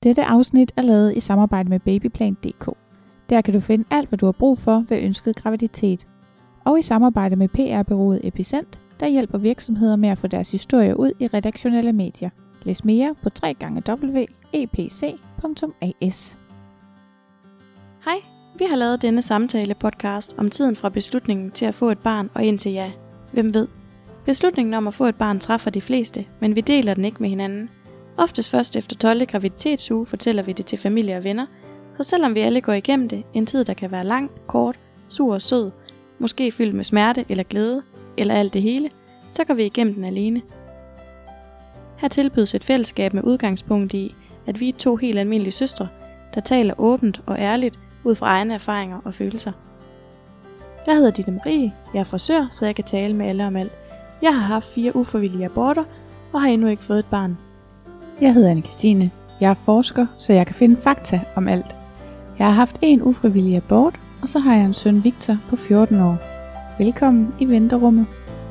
Dette afsnit er lavet i samarbejde med Babyplan.dk. Der kan du finde alt, hvad du har brug for ved ønsket graviditet. Og i samarbejde med PR-bureauet Epicent, der hjælper virksomheder med at få deres historier ud i redaktionelle medier. Læs mere på www.epc.as. Hej, vi har lavet denne samtale-podcast om tiden fra beslutningen til at få et barn og indtil ja. Hvem ved? Beslutningen om at få et barn træffer de fleste, men vi deler den ikke med hinanden. Oftest først efter 12. graviditetsuge fortæller vi det til familie og venner, så selvom vi alle går igennem det, en tid der kan være lang, kort, sur og sød, måske fyldt med smerte eller glæde, eller alt det hele, så går vi igennem den alene. Her tilbydes et fællesskab med udgangspunkt i, at vi er to helt almindelige søstre, der taler åbent og ærligt ud fra egne erfaringer og følelser. Jeg hedder Ditte Marie, jeg er frisør, så jeg kan tale med alle om alt. Jeg har haft 4 ufrivillige aborter og har endnu ikke fået et barn. Jeg hedder Anne-Kristine. Jeg er forsker, så jeg kan finde fakta om alt. Jeg har haft 1 ufrivillig abort, og så har jeg en søn Victor på 14 år. Velkommen i venterummet.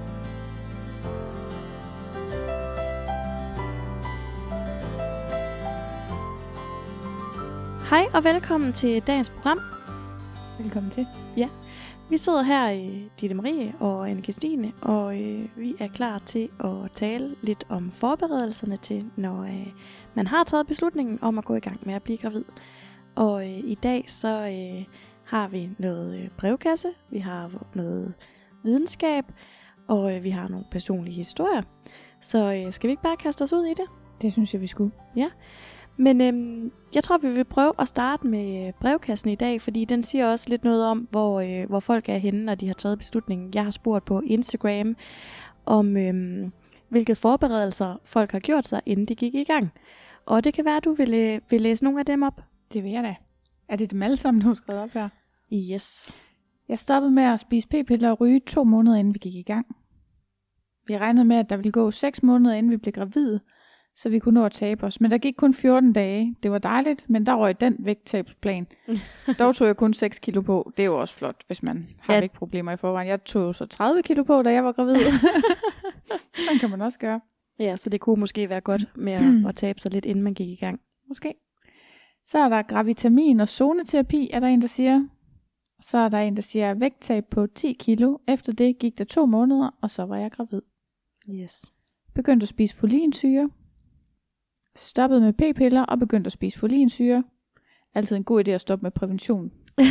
Hej og velkommen til dagens program. Velkommen til. Ja, vi sidder her, Ditte Marie og Anne-Kristine, og vi er klar til at tale lidt om forberedelserne til, når man har taget beslutningen om at gå i gang med at blive gravid. Og i dag så har vi noget brevkasse, vi har noget videnskab, og vi har nogle personlige historier. Så skal vi ikke bare kaste os ud i det? Det synes jeg, vi skulle. Ja. Men jeg tror, vi vil prøve at starte med brevkassen i dag, fordi den siger også lidt noget om, hvor folk er henne, når de har taget beslutningen. Jeg har spurgt på Instagram om, hvilke forberedelser folk har gjort sig, inden de gik i gang. Og det kan være, at du vil læse nogle af dem op. Det vil jeg da. Er det dem alle sammen, du har skrevet op her? Yes. Jeg stoppede med at spise p-piller og ryge 2 måneder, inden vi gik i gang. Vi regnede med, at der ville gå 6 måneder, inden vi blev gravide, så vi kunne nå at tabe os. Men der gik kun 14 dage. Det var dejligt, men der røg den vægttabsplan. Dog tog jeg kun 6 kilo på. Det er jo også flot, hvis man har vægtproblemer i forvejen. Jeg tog så 30 kilo på, da jeg var gravid. Sådan kan man også gøre. Ja, så det kunne måske være godt med at tabe sig lidt, inden man gik i gang. Måske. Så er der gravitamin og zoneterapi, er der en, der siger. Så er der en, der siger vægttab på 10 kilo. Efter det gik der 2 måneder, og så var jeg gravid. Yes. Begyndte at spise folinsyre. Stoppede med p-piller og begyndte at spise folinsyre. Altid en god idé at stoppe med prævention.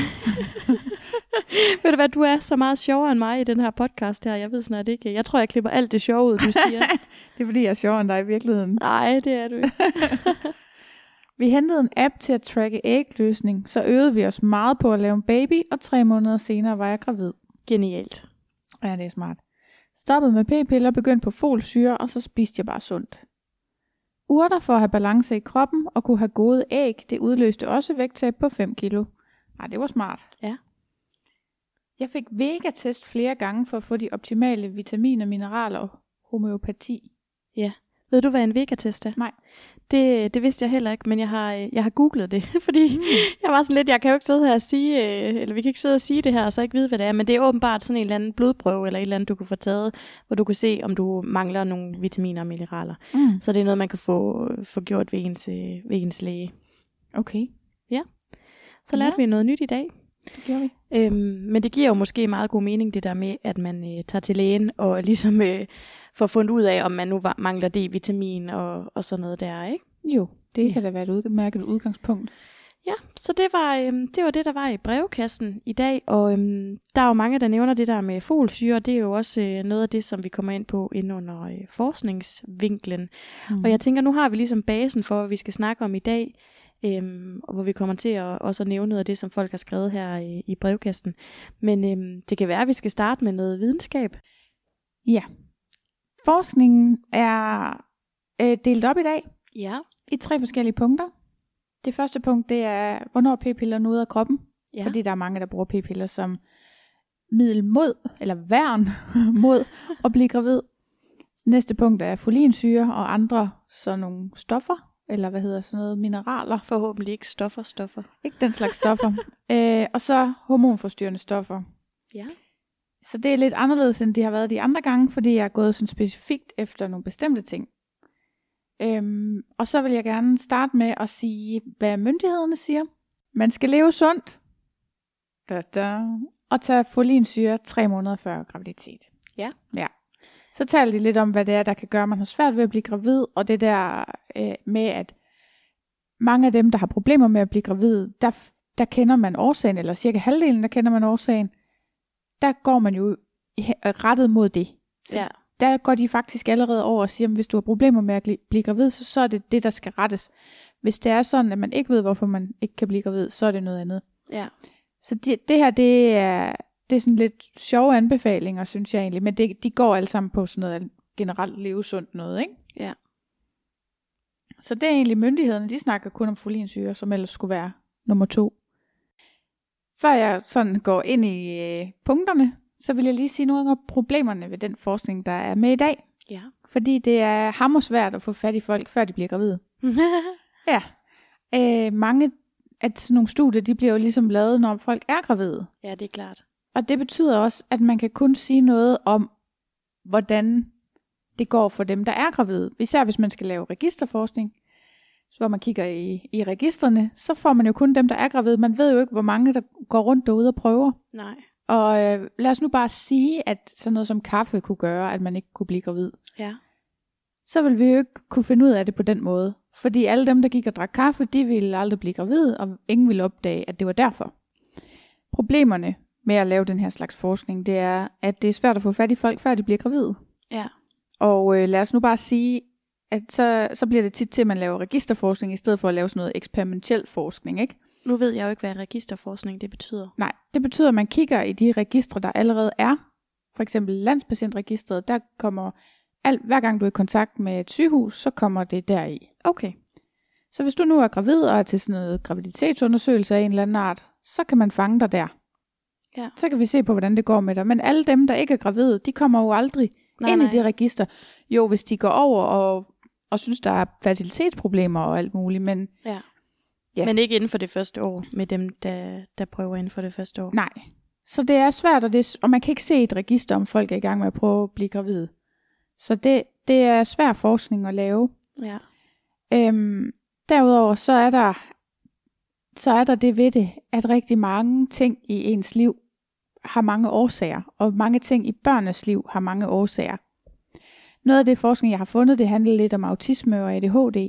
Ved du hvad, du er så meget sjovere end mig i den her podcast her. Jeg ved snart ikke. Jeg tror, jeg klipper alt det sjove ud, du siger. Det er fordi, jeg er sjovere end dig i virkeligheden. Nej, det er du ikke. Vi hentede en app til at tracke ægløsning, så øvede vi os meget på at lave en baby, og 3 måneder senere var jeg gravid. Genialt. Ja, det er smart. Stoppede med p-piller, begyndte på folsyre, og så spiste jeg bare sundt. Urter for at have balance i kroppen og kunne have gode æg, det udløste også vægttab på 5 kilo. Ej, det var smart. Ja. Jeg fik Vega-test flere gange for at få de optimale vitaminer, mineraler og homeopati. Ja. Ved du, hvad en Vega-test er? Nej. Det vidste jeg heller ikke, men jeg har googlet det, fordi jeg var sådan lidt, jeg kan jo ikke sidde her og sige, eller vi kan ikke sidde og sige det her, og så ikke vide, hvad det er, men det er åbenbart sådan en eller anden blodprøve, eller et eller andet, du kan få taget, hvor du kan se, om du mangler nogle vitaminer og mineraler. Så det er noget, man kan få gjort ved ens læge. Okay. Ja. Så lærte vi noget nyt i dag. Det gjorde vi. Men det giver jo måske meget god mening, det der med, at man tager til lægen og ligesom får fundet ud af, om man nu mangler D-vitamin og sådan noget der, ikke? Jo, det kan da være et udmærket udgangspunkt. Ja, så det var det, der var i brevkassen i dag, og der er jo mange, der nævner det der med folsyre, det er jo også noget af det, som vi kommer ind på inde under forskningsvinklen. Og jeg tænker, nu har vi ligesom basen for, hvad vi skal snakke om i dag, og hvor vi kommer til at også nævne noget af det, som folk har skrevet her i brevkassen. Men det kan være, at vi skal starte med noget videnskab. Ja. Forskningen er delt op i dag i 3 forskellige punkter. Det første punkt, det er, hvornår p-piller er ude af kroppen. Ja. Fordi der er mange, der bruger p-piller som middel mod, eller værn mod at blive gravid. Næste punkt er folinsyre og andre sådan nogle stoffer. Eller hvad hedder sådan noget, mineraler. Forhåbentlig ikke stoffer. Ikke den slags stoffer. Og så hormonforstyrrende stoffer. Ja. Så det er lidt anderledes, end det har været de andre gange, fordi jeg er gået sådan specifikt efter nogle bestemte ting. Og så vil jeg gerne starte med at sige, hvad myndighederne siger. Man skal leve sundt. Og tage folinsyre 3 måneder før graviditet. Ja. Så taler de lidt om, hvad det er, der kan gøre, at man har svært ved at blive gravid. Og det der med, at mange af dem, der har problemer med at blive gravid, der kender man årsagen, eller cirka halvdelen, der kender man årsagen. Der går man jo rettet mod det. Så der går de faktisk allerede over og siger, at hvis du har problemer med at blive gravid, så er det det, der skal rettes. Hvis det er sådan, at man ikke ved, hvorfor man ikke kan blive gravid, så er det noget andet. Ja. Så det her, det er sådan lidt sjove anbefalinger, synes jeg egentlig. Men de går alle sammen på sådan noget generelt levesundt noget, ikke? Ja. Så det er egentlig myndighederne, de snakker kun om folinsyre, som ellers skulle være nummer 2. Før jeg sådan går ind i punkterne, så vil jeg lige sige nogle af problemerne ved den forskning, der er med i dag. Ja. Fordi det er hammersvært at få fat i folk, før de bliver gravide. Ja. Mange af sådan nogle studier, de bliver jo ligesom lavet, når folk er gravide. Ja, det er klart. Og det betyder også, at man kan kun sige noget om, hvordan det går for dem, der er gravide. Især hvis man skal lave registerforskning, hvor man kigger i registrene, så får man jo kun dem, der er gravide. Man ved jo ikke, hvor mange, der går rundt derude og prøver. Nej. Og lad os nu bare sige, at sådan noget som kaffe kunne gøre, at man ikke kunne blive gravid. Ja. Så vil vi jo ikke kunne finde ud af det på den måde. Fordi alle dem, der gik og drak kaffe, de ville aldrig blive gravide, og ingen ville opdage, at det var derfor. Problemerne med at lave den her slags forskning, det er, at det er svært at få fat i folk, før de bliver gravide. Ja. Og lad os nu bare sige, at så bliver det tit til, at man laver registerforskning, i stedet for at lave sådan noget eksperimentel forskning, ikke? Nu ved jeg jo ikke, hvad registerforskning det betyder. Nej, det betyder, at man kigger i de registre, der allerede er. For eksempel Landspatientregistret, der kommer hver gang du er i kontakt med et sygehus, så kommer det deri. Okay. Så hvis du nu er gravid og er til sådan noget graviditetsundersøgelse af en eller anden art, så kan man fange dig der. Ja. Så kan vi se på, hvordan det går med dig. Men alle dem, der ikke er gravide, de kommer jo aldrig ind i det register. Jo, hvis de går over og synes, der er fertilitetsproblemer og alt muligt, men... Ja. Men ikke inden for det første år, med dem, der prøver inden for det første år. Nej. Så det er svært, og man kan ikke se et register, om folk er i gang med at prøve at blive gravide. Så det er svær forskning at lave. Ja. Derudover så er der det ved det, at rigtig mange ting i ens liv har mange årsager, og mange ting i børnenes liv har mange årsager. Noget af det forskning, jeg har fundet, det handler lidt om autisme og ADHD.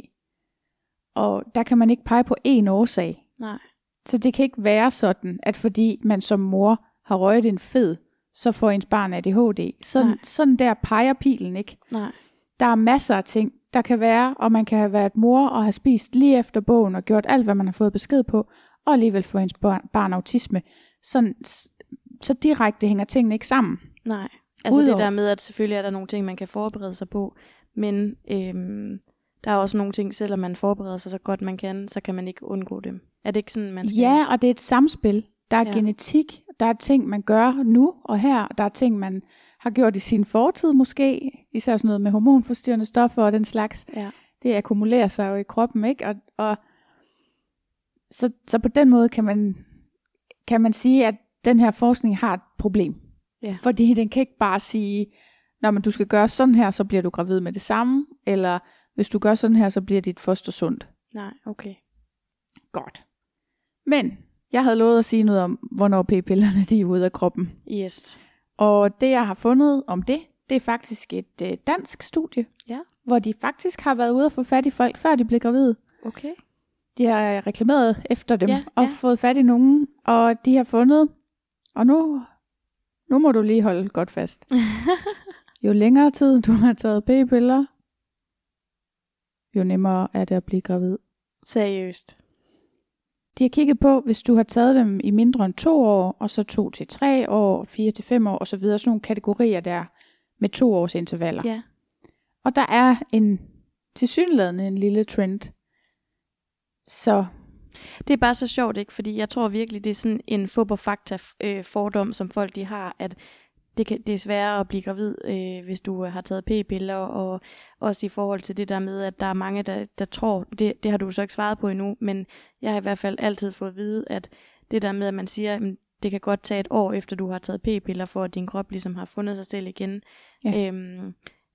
Og der kan man ikke pege på én årsag. Nej. Så det kan ikke være sådan, at fordi man som mor har røget en fed, så får ens barn ADHD. Sådan der peger pilen ikke. Nej. Der er masser af ting, der kan være, og man kan have været mor og have spist lige efter bogen og gjort alt, hvad man har fået besked på, og alligevel få ens barn autisme. Så direkte hænger tingene ikke sammen. Nej, altså det der med, at selvfølgelig er der nogle ting, man kan forberede sig på, men der er også nogle ting, selvom man forbereder sig så godt man kan, så kan man ikke undgå dem. Er det ikke sådan, man skal... Ja, og det er et samspil. Der er genetik, der er ting, man gør nu og her, der er ting, man har gjort i sin fortid måske, især sådan noget med hormonforstyrrende stoffer og den slags. Ja. Det akkumulerer sig jo i kroppen, ikke? Og så på den måde kan man sige, at den her forskning har et problem. Ja. Fordi den kan ikke bare sige, når du skal gøre sådan her, så bliver du gravid med det samme, eller hvis du gør sådan her, så bliver dit foster sundt. Nej, okay. Godt. Men jeg havde lovet at sige noget om, hvornår p-pillerne de er ude af kroppen. Yes. Og det jeg har fundet om det er faktisk et dansk studie, hvor de faktisk har været ude og få fat i folk, før de blev gravide. Okay. De har reklameret efter dem og fået fat i nogen, og de har fundet, og nu må du lige holde godt fast. Jo længere tid du har taget p-piller, jo nemmere er det at blive gravid. Seriøst. De har kigget på, hvis du har taget dem i mindre end 2 år, og så 2 til 3 år, 4 til 5 år, og så videre. Sådan nogle kategorier der med 2 års intervaller. Ja. Og der er tilsyneladende en lille trend. Så det er bare så sjovt, ikke? Fordi jeg tror virkelig, det er sådan en fup-og-fakta fordom, som folk de har, at det er sværere at blive gravid, hvis du har taget p-piller, og også i forhold til det der med, at der er mange, der tror, det har du så ikke svaret på endnu, men jeg har i hvert fald altid fået at vide, at det der med, at man siger, at det kan godt tage 1 år efter du har taget p-piller, for at din krop ligesom har fundet sig selv igen. Ja.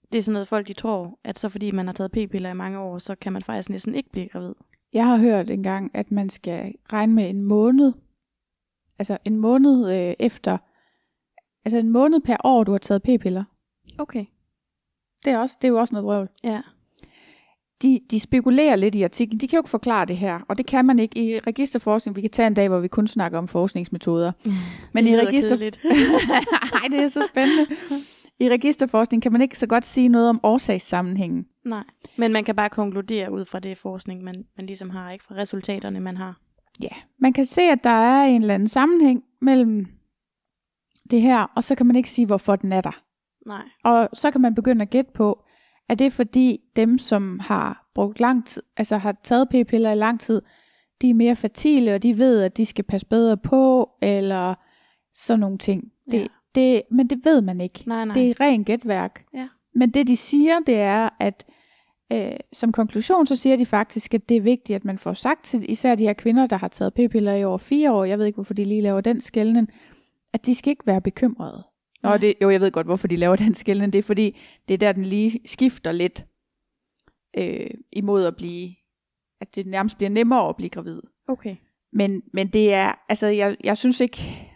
det er sådan noget, folk de tror, at så fordi man har taget p-piller i mange år, så kan man faktisk næsten ikke blive gravid. Jeg har hørt engang, at man skal regne med en måned, altså en måned efter, altså en måned per år, du har taget p-piller. Okay. Det er jo også noget vrøvl. Ja. De spekulerer lidt i artiklen. De kan jo ikke forklare det her, og det kan man ikke i registerforskning. Vi kan tage en dag, hvor vi kun snakker om forskningsmetoder. Men det i Nej, det er så spændende. I registerforskning kan man ikke så godt sige noget om årsagssammenhængen. Nej, men man kan bare konkludere ud fra det forskning, man ligesom har, ikke fra resultaterne, man har. Ja, man kan se, at der er en eller anden sammenhæng mellem det her, og så kan man ikke sige, hvorfor den er der. Nej. Og så kan man begynde at gætte på, at det er fordi dem, som har brugt lang tid, altså har taget p-piller i lang tid, de er mere fertile, og de ved, at de skal passe bedre på, eller sådan nogle ting. Men det ved man ikke. Nej. Det er ren gætværk. Ja. Men det de siger, det er, at som konklusion, så siger de faktisk, at det er vigtigt, at man får sagt til især de her kvinder, der har taget p-piller i over 4 år, jeg ved ikke, hvorfor de lige laver den skelnen, at de skal ikke være bekymrede. Jeg ved godt, hvorfor de laver den skelnen. Det er fordi, det er der, den lige skifter lidt imod at blive, at det nærmest bliver nemmere at blive gravid. Okay. Men det er, altså jeg synes ikke,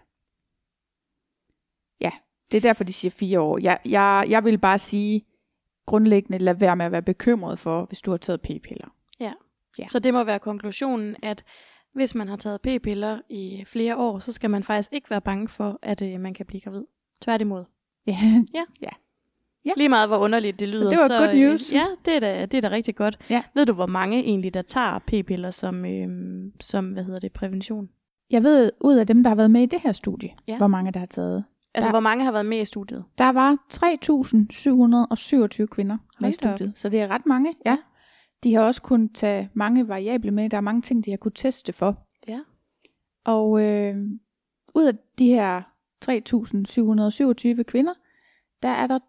ja, det er derfor, de siger 4 år. Jeg vil bare sige, grundlæggende lad være med at være bekymret for, hvis du har taget p-piller. Ja. Så det må være konklusionen, at hvis man har taget p-piller i flere år, så skal man faktisk ikke være bange for, at man kan blive gravid. Tværtimod. Ja. Lige meget hvor underligt det lyder. Så det var good news. Ja, det er da rigtig godt. Ja. Ved du, hvor mange egentlig, der tager p-piller som prævention? Jeg ved, ud af dem, der har været med i det her studie, hvor mange der har taget. Altså, hvor mange har været med i studiet? Der var 3.727 kvinder med i studiet, så det er ret mange, ja. De har også kunnet tage mange variable med. Der er mange ting, de har kunnet teste for. Ja. Og ud af de her 3.727 kvinder, der er der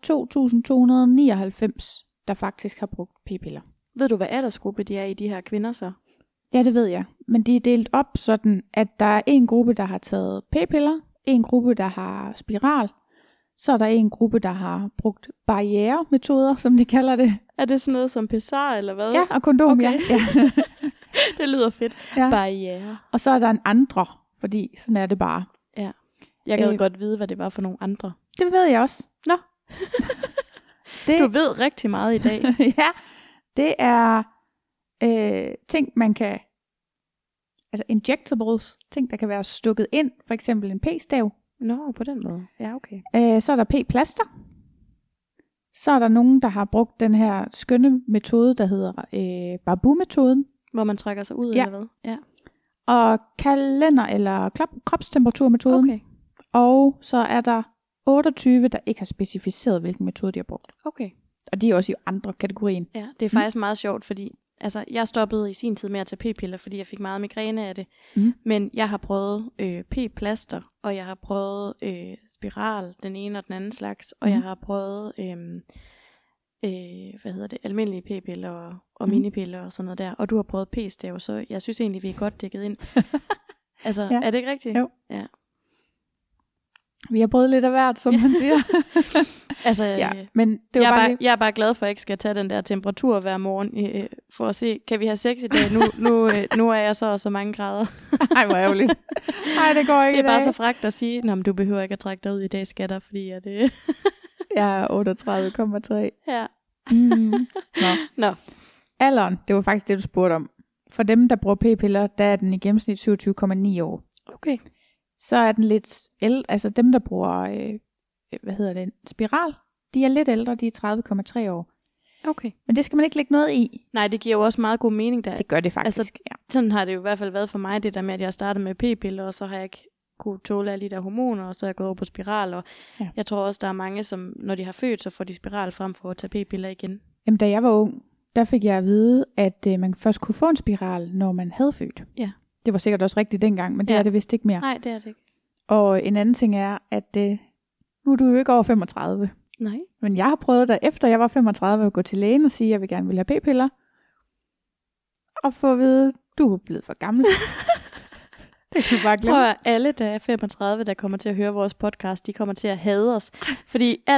2.299, der faktisk har brugt p-piller. Ved du, hvad aldersgruppe de er i, de her kvinder så? Ja, det ved jeg. Men de er delt op sådan, at der er en gruppe, der har taget p-piller, en gruppe, der har spiral, så er der en gruppe, der har brugt barrieremetoder, som de kalder det. Er det sådan noget som pessar, eller hvad? Ja, og kondom, okay. Ja. Det lyder fedt. Ja. Barriere. Og så er der en andre, fordi sådan er det bare. Ja. Jeg gad godt vide, hvad det var for nogle andre. Det ved jeg også. Nå. Du ved rigtig meget i dag. Ja, det er ting, man kan, altså injectables, ting, der kan være stukket ind, for eksempel en p-stav. Nå, på den måde. Ja, okay. Så er der p-plaster. Så er der nogen, der har brugt den her skønne metode, der hedder Barbu-metoden. Hvor man trækker sig ud, eller hvad? Ja. Og kalender- eller kropstemperaturmetoden. Okay. Og så er der 28, der ikke har specificeret, hvilken metode de har brugt. Okay. Og de er også i andre kategorien. Ja, det er faktisk meget sjovt, fordi altså, jeg stoppede i sin tid med at tage p-piller, fordi jeg fik meget migræne af det. Men jeg har prøvet p-plaster, og jeg har prøvet spiral, den ene og den anden slags, og jeg har prøvet almindelige p-piller og minipiller og sådan noget der. Og du har prøvet p-stav, så jeg synes egentlig, vi er godt dækket ind. Altså, er det ikke rigtigt? Jo. Ja. Vi har prøvet lidt af hvert, som man siger. Altså, men det var jeg er bare glad for, at jeg ikke skal tage den der temperatur hver morgen, for at se, kan vi have sex i dag? Nu er jeg så mange grader. Ej, hvor ærgerligt. Ej, det går ikke. Det er bare så fragt at sige, men du behøver ikke at trække dig ud i dag, skatter, fordi at det... Jeg er 38,3. Ja. Nå. Alderen, det var faktisk det, du spurgte om. For dem, der bruger p-piller, der er den i gennemsnit 27,9 år. Okay. Så er den lidt ældre, altså dem, der bruger, spiral, de er lidt ældre, de er 30,3 år. Okay. Men det skal man ikke lægge noget i. Nej, det giver jo også meget god mening der. Det gør det faktisk, altså, sådan har det jo i hvert fald været for mig, det der med, at jeg startede med p-piller, og så har jeg ikke kunne tåle alle de der hormoner, og så er jeg gået over på spiral, og jeg tror også, der er mange, som når de har født, så får de spiral frem for at tage p-piller igen. Jamen, da jeg var ung, der fik jeg at vide, at man først kunne få en spiral, når man havde født. Ja. Det var sikkert også rigtigt dengang, men det er det vist ikke mere. Nej, det er det ikke. Og en anden ting er, at nu er du jo ikke over 35. Nej. Men jeg har prøvet der efter jeg var 35 at gå til lægen og sige, at jeg vil gerne vil have p-piller. Og få at vide, du er blevet for gammel. Det kan du bare glemme. Prøv at alle, der er 35, der kommer til at høre vores podcast, de kommer til at hade os. Fordi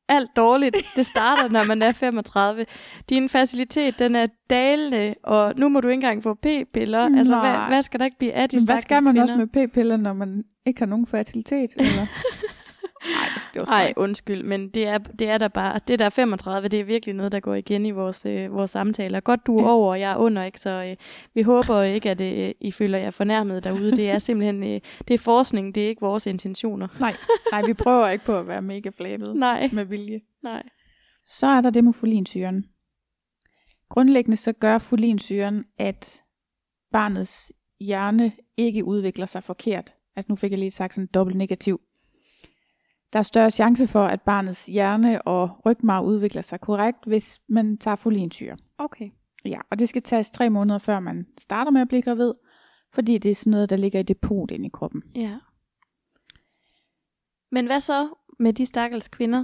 alt dårligt, det starter, når man er 35. Din facilitet, den er dalende, og nu må du ikke engang få p-piller. Altså, hvad skal der ikke blive af de stakkels Hvad skal man kvinder? også med p-piller, når man ikke har nogen fertilitet? Eller? Nej, undskyld, men det er der bare, det der 35, det er virkelig noget, der går igen i vores samtaler. Godt, du er over, og jeg er under, ikke? Så vi håber ikke, at I føler jer fornærmet derude. Det er simpelthen, det er forskning, det er ikke vores intentioner. Nej, vi prøver ikke på at være mega flabede med vilje. Nej. Så er der det med folinsyren. Grundlæggende så gør folinsyren, at barnets hjerne ikke udvikler sig forkert. Altså nu fik jeg lige sagt sådan dobbelt negativ. Der er større chance for, at barnets hjerne og rygmarv udvikler sig korrekt, hvis man tager folinsyre. Okay. Ja, og det skal tages 3 måneder, før man starter med at blive gravid, fordi det er sådan noget, der ligger i depot inde i kroppen. Ja. Men hvad så med de stakkels kvinder,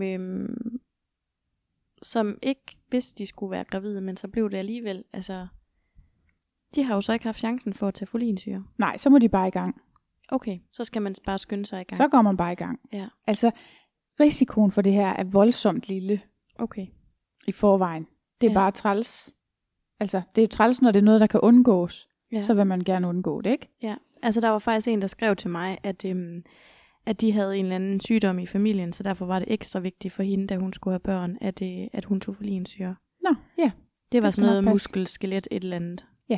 som ikke vidste, de skulle være gravide, men så blev det alligevel? Altså, de har jo så ikke haft chancen for at tage folinsyre. Nej, så må de bare i gang. Okay, så skal man bare skynde sig i gang. Så går man bare i gang. Ja. Altså, risikoen for det her er voldsomt lille. Okay. I forvejen. Det er bare træls. Altså, det er træls, når det er noget, der kan undgås. Ja. Så vil man gerne undgå det, ikke? Ja, altså der var faktisk en, der skrev til mig, at de havde en eller anden sygdom i familien, så derfor var det ekstra vigtigt for hende, da hun skulle have børn, at hun tog folinsyre. Nå, ja. Det var sådan noget muskelskelet et eller andet. Ja.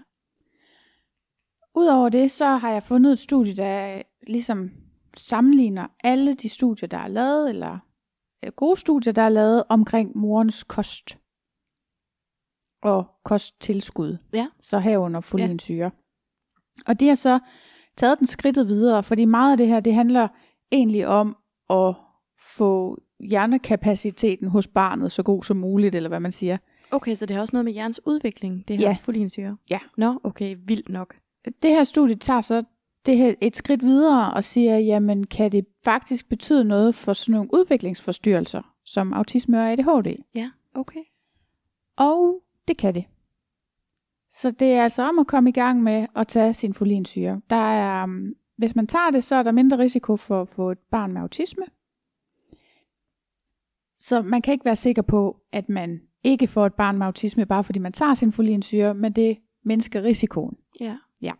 Udover det, så har jeg fundet et studie, der ligesom sammenligner alle de studier, der er lavet, eller gode studier, der er lavet omkring morens kost og kosttilskud. Ja. Så herunder folinsyre. Ja. Og de har så taget den skridtet videre, fordi meget af det her, det handler egentlig om at få hjernekapaciteten hos barnet så god som muligt, eller hvad man siger. Okay, så det har også noget med hjernens udvikling, det her folinsyre? Ja. Nå, okay, vildt nok. Det her studie tager så det her et skridt videre og siger, jamen kan det faktisk betyde noget for sådan nogle udviklingsforstyrrelser, som autisme og ADHD? Ja, okay. Og det kan det. Så det er altså om at komme i gang med at tage sin folinsyre. Der er, hvis man tager det, så er der mindre risiko for at få et barn med autisme. Så man kan ikke være sikker på, at man ikke får et barn med autisme, bare fordi man tager sin folinsyre, men det mindsker risikoen. Ja. Ja.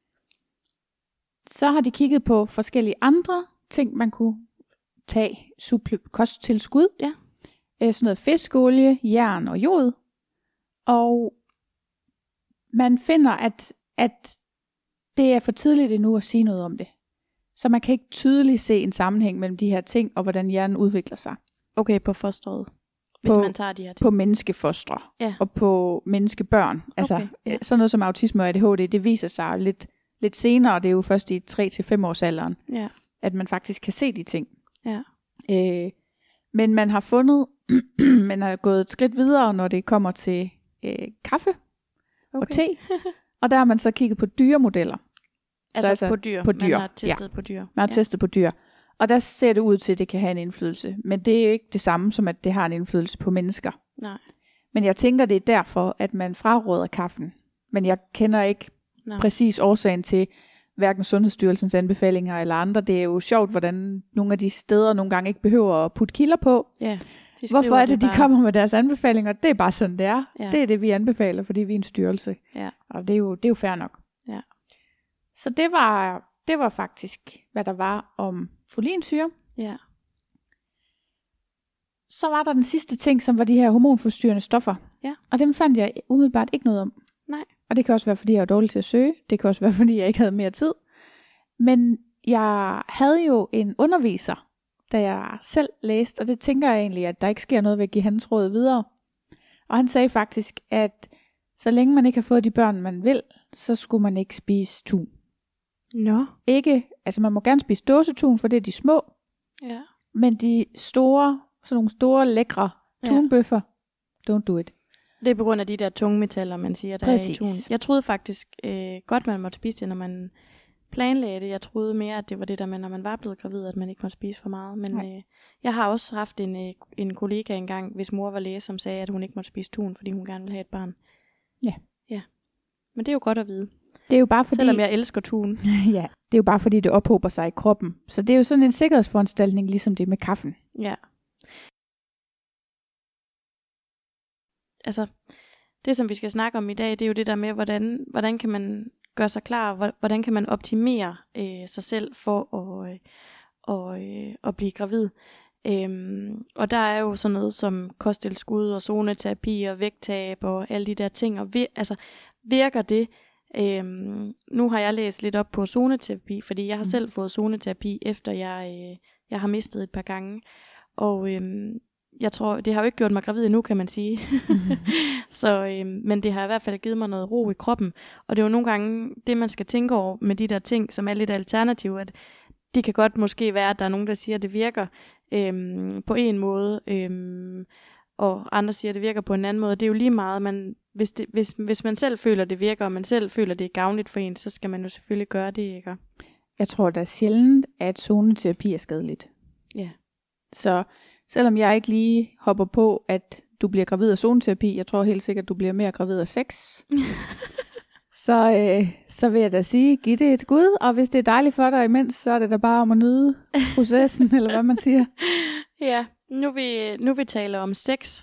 Så har de kigget på forskellige andre ting, man kunne tage kosttilskud. Ja. Sådan noget fiskolie, jern og jod. Og man finder, at det er for tidligt endnu at sige noget om det. Så man kan ikke tydeligt se en sammenhæng mellem de her ting, og hvordan hjernen udvikler sig. Okay, på fosteret, hvis man tager de her ting. På menneskefostre, og på menneskebørn. Altså sådan noget som autisme og ADHD, det viser sig lidt senere, det er jo først i 3-5 års alderen, at man faktisk kan se de ting. Ja. Men man har fundet, man har gået et skridt videre, når det kommer til kaffe og te, og der har man så kigget på dyremodeller. Altså på dyr. Man har testet på dyr. Man har testet på dyr. Og der ser det ud til, at det kan have en indflydelse. Men det er jo ikke det samme som, at det har en indflydelse på mennesker. Nej. Men jeg tænker, det er derfor, at man fraråder kaffen. Men jeg kender ikke præcis årsagen til hverken Sundhedsstyrelsens anbefalinger eller andre. Det er jo sjovt, hvordan nogle af de steder nogle gange ikke behøver at putte kilder på. Ja, hvorfor er det, de kommer med deres anbefalinger? Det er bare sådan, det er. Ja. Det er det, vi anbefaler, fordi vi er en styrelse. Ja. Og det er jo fair nok. Ja. Så det var faktisk, hvad der var om folinsyre. Ja. Så var der den sidste ting, som var de her hormonforstyrrende stoffer. Ja. Og dem fandt jeg umiddelbart ikke noget om. Nej. Og det kan også være, fordi jeg var dårlig til at søge. Det kan også være, fordi jeg ikke havde mere tid. Men jeg havde jo en underviser, da jeg selv læste, og det tænker jeg egentlig, at der ikke sker noget ved at give hans råd videre. Og han sagde faktisk, at så længe man ikke har fået de børn, man vil, så skulle man ikke spise tun. Nå. Ikke, altså man må gerne spise dåsetun, for det er de små. Ja. Men de store, sådan nogle store, lækre tunbøffer, don't do it. Det er på grund af de der tungmetaller, man siger, der er i tun. Jeg troede faktisk godt, man måtte spise det, når man planlagde det. Jeg troede mere, at det var det der med, når man var blevet gravid, at man ikke måtte spise for meget. Men jeg har også haft en kollega engang, hvis mor var læge, som sagde, at hun ikke måtte spise tun, fordi hun gerne ville have et barn. Ja. Ja. Men det er jo godt at vide. Det er jo bare fordi, selvom jeg elsker tun. Ja, det er jo bare fordi, det ophober sig i kroppen. Så det er jo sådan en sikkerhedsforanstaltning, ligesom det med kaffen. Ja. altså, det som vi skal snakke om i dag, det er jo det der med, hvordan kan man gøre sig klar, hvordan kan man optimere sig selv for at blive gravid. Og der er jo sådan noget som kosttilskud og zoneterapi og vægttab og alle de der ting, og virker det? Nu har jeg læst lidt op på zoneterapi, fordi jeg har selv fået zoneterapi, efter jeg har mistet et par gange, og jeg tror, det har jo ikke gjort mig gravid endnu, kan man sige. Så, men det har i hvert fald givet mig noget ro i kroppen, og det er jo nogle gange det, man skal tænke over med de der ting, som er lidt alternativ, at de kan godt måske være, at der er nogen, der siger, at det virker på en måde, og andre siger, at det virker på en anden måde. Det er jo lige meget, hvis man selv føler, det virker, og man selv føler, det er gavnligt for en, så skal man jo selvfølgelig gøre det, ikke? Jeg tror da sjældent, at zoneterapi er skadeligt. Ja. Så selvom jeg ikke lige hopper på, at du bliver gravid af zoneterapi, jeg tror helt sikkert, at du bliver mere gravid af sex. Så vil jeg da sige, giv det et skud, og hvis det er dejligt for dig imens, så er det da bare om at nyde processen, eller hvad man siger. Ja, nu vi taler om sex,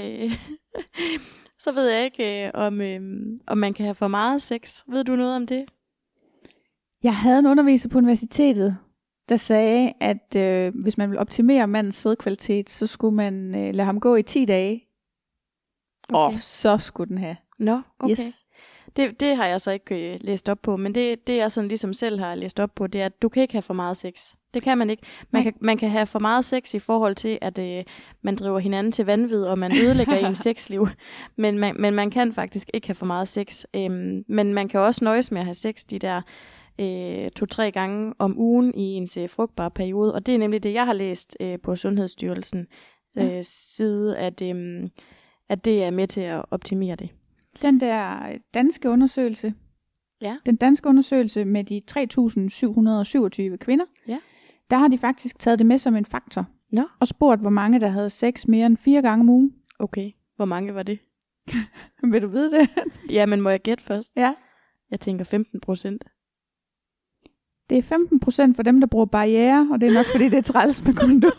så ved jeg ikke, om man kan have for meget sex. Ved du noget om det? Jeg havde en underviser på universitetet, der sagde, at hvis man vil optimere mandens sædkvalitet, så skulle man lade ham gå i 10 dage, og så skulle den have. Nå, okay. Yes. Det har jeg så ikke læst op på, men det jeg sådan ligesom selv har læst op på, det er, at du kan ikke have for meget sex. Det kan man ikke. Man kan have for meget sex i forhold til, at man driver hinanden til vanvid, og man ødelægger ens sexliv. Men man kan faktisk ikke have for meget sex. Men man kan også nøjes med at have sex de der 2-3 gange om ugen i ens frugtbare periode. Og det er nemlig det, jeg har læst på Sundhedsstyrelsen side, at det er med til at optimere det. Den der danske undersøgelse, den danske undersøgelse med de 3.727 kvinder, der har de faktisk taget det med som en faktor. Og spurgt, hvor mange der havde sex mere end 4 gange om ugen. Okay, hvor mange var det? Vil du vide det? Ja, men må jeg gætte først? Ja. Jeg tænker 15%. Det er 15% for dem, der bruger barriere, og det er nok fordi, det er træls med kondom.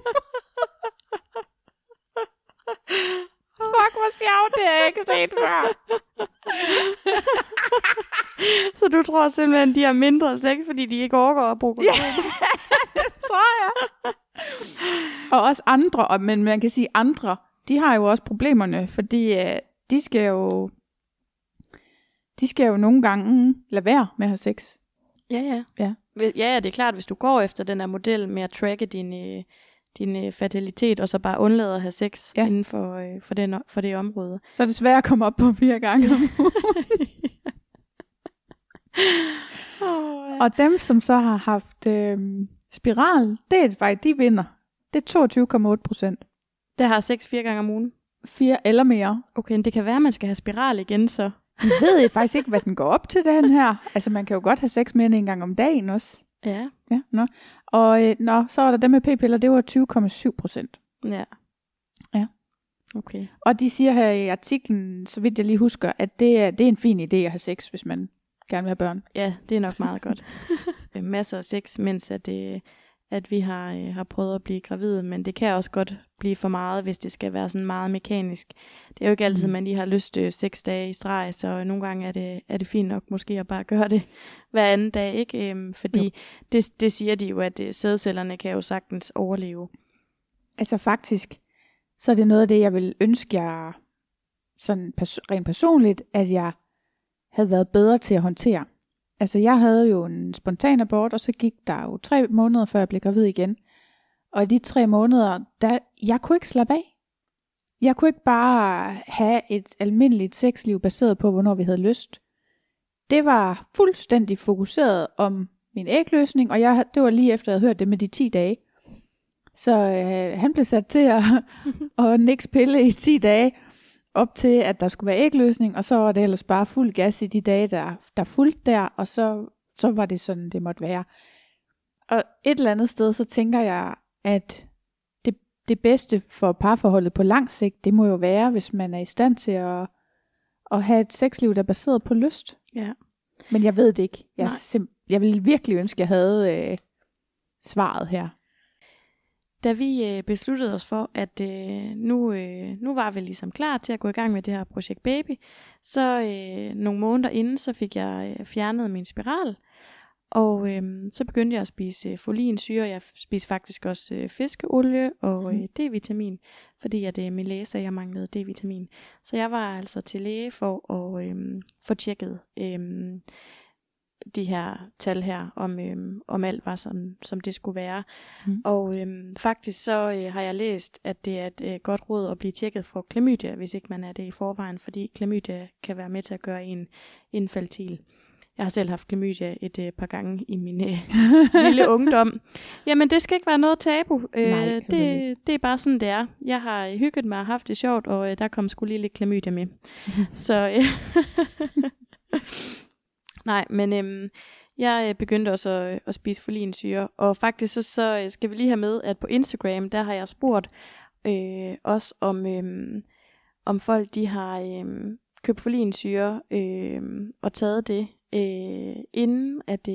Fuck, hvor sjovt, det har jeg ikke set før. Så du tror simpelthen, de har mindre sex, fordi de ikke overgår at bruge kondom? Ja, det tror jeg. Og også andre, men man kan sige andre, de har jo også problemerne, fordi de skal jo nogle gange lade være med at have sex. Ja, det er klart, hvis du går efter den her model med at tracke din fertilitet, og så bare undlader at have sex inden for det område. Så er det svært at komme op på 4 gange om ugen. Og dem, som så har haft spiral, det er faktisk, de vinder. Det er 22,8%. Der har sex 4 gange om ugen? 4 eller mere. Okay, men det kan være, at man skal have spiral igen så. Jeg ved faktisk ikke, hvad den går op til, den her. Altså, man kan jo godt have sex mere end 1 gang om dagen også. Ja. Og så var der dem med p-piller, det var 20,7%. Ja. Okay. Og de siger her i artiklen, så vidt jeg lige husker, at det er en fin idé at have sex, hvis man gerne vil have børn. Ja, det er nok meget godt. Masser af sex, mens at vi har prøvet at blive gravide, men det kan også godt blive for meget, hvis det skal være sådan meget mekanisk. Det er jo ikke altid, man lige har lyst 6 dage i streg, så nogle gange er det fint nok måske at bare gøre det hver anden dag, ikke? Fordi det siger de jo, at sædcellerne kan jo sagtens overleve. Altså faktisk, så er det noget af det, jeg vil ønske jer sådan rent personligt, at jeg havde været bedre til at håndtere. Altså jeg havde jo en spontan abort, og så gik der jo 3 måneder, før jeg blev gravid igen. Og i de 3 måneder, jeg kunne ikke slappe af. Jeg kunne ikke bare have et almindeligt sexliv baseret på, hvornår vi havde lyst. Det var fuldstændig fokuseret om min ægløsning, og det var lige efter, jeg havde hørt det med de 10 dage. Så han blev sat til at niks pille i 10 dage, op til, at der skulle være ægløsning, og så var det ellers bare fuld gas i de dage, der fulgte der, og så var det sådan, det måtte være. Og et eller andet sted, så tænker jeg, at det bedste for parforholdet på lang sigt, det må jo være, hvis man er i stand til at have et sexliv, der er baseret på lyst. Ja. Men jeg ved det ikke. Jeg ville virkelig ønske, at jeg havde svaret her. da vi besluttede os for, at nu var vi ligesom klar til at gå i gang med det her projekt Baby, så nogle måneder inden, så fik jeg fjernet min spiral, og så begyndte jeg at spise folinsyre. Jeg spiste faktisk også fiskeolie og D-vitamin, fordi at min læge sagde, at jeg manglede D-vitamin. Så jeg var altså til læge for at få tjekket de her tal her, om alt var som det skulle være. Og faktisk så har jeg læst, at det er et godt råd at blive tjekket for klamydia, hvis ikke man er det i forvejen, fordi klamydia kan være med til at gøre en infertil. Jeg har selv haft klamydia et par gange i min lille ungdom. Jamen, det skal ikke være noget tabu. Nej, det er bare sådan, det er. Jeg har hygget mig og haft det sjovt, og der kom sgu lige lidt klamydia med. Så nej, men jeg begyndte også at spise folinsyre, og faktisk så skal vi lige have med, at på Instagram, der har jeg spurgt også om folk, de har købt folinsyre og taget det, inden at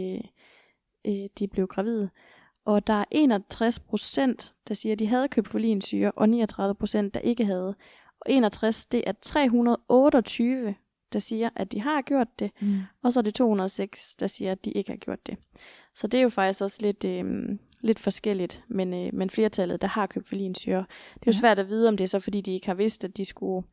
de blev gravide. Og der er 61%, der siger, at de havde købt folinsyre, og 39%, der ikke havde. Og 61, det er 328, der siger, at de har gjort det. Og så er det 206, der siger, at de ikke har gjort det. Så det er jo faktisk også lidt forskelligt, men flertallet, der har købt folinsyre. Det er jo svært at vide, om det er så, fordi de ikke har vidst, at de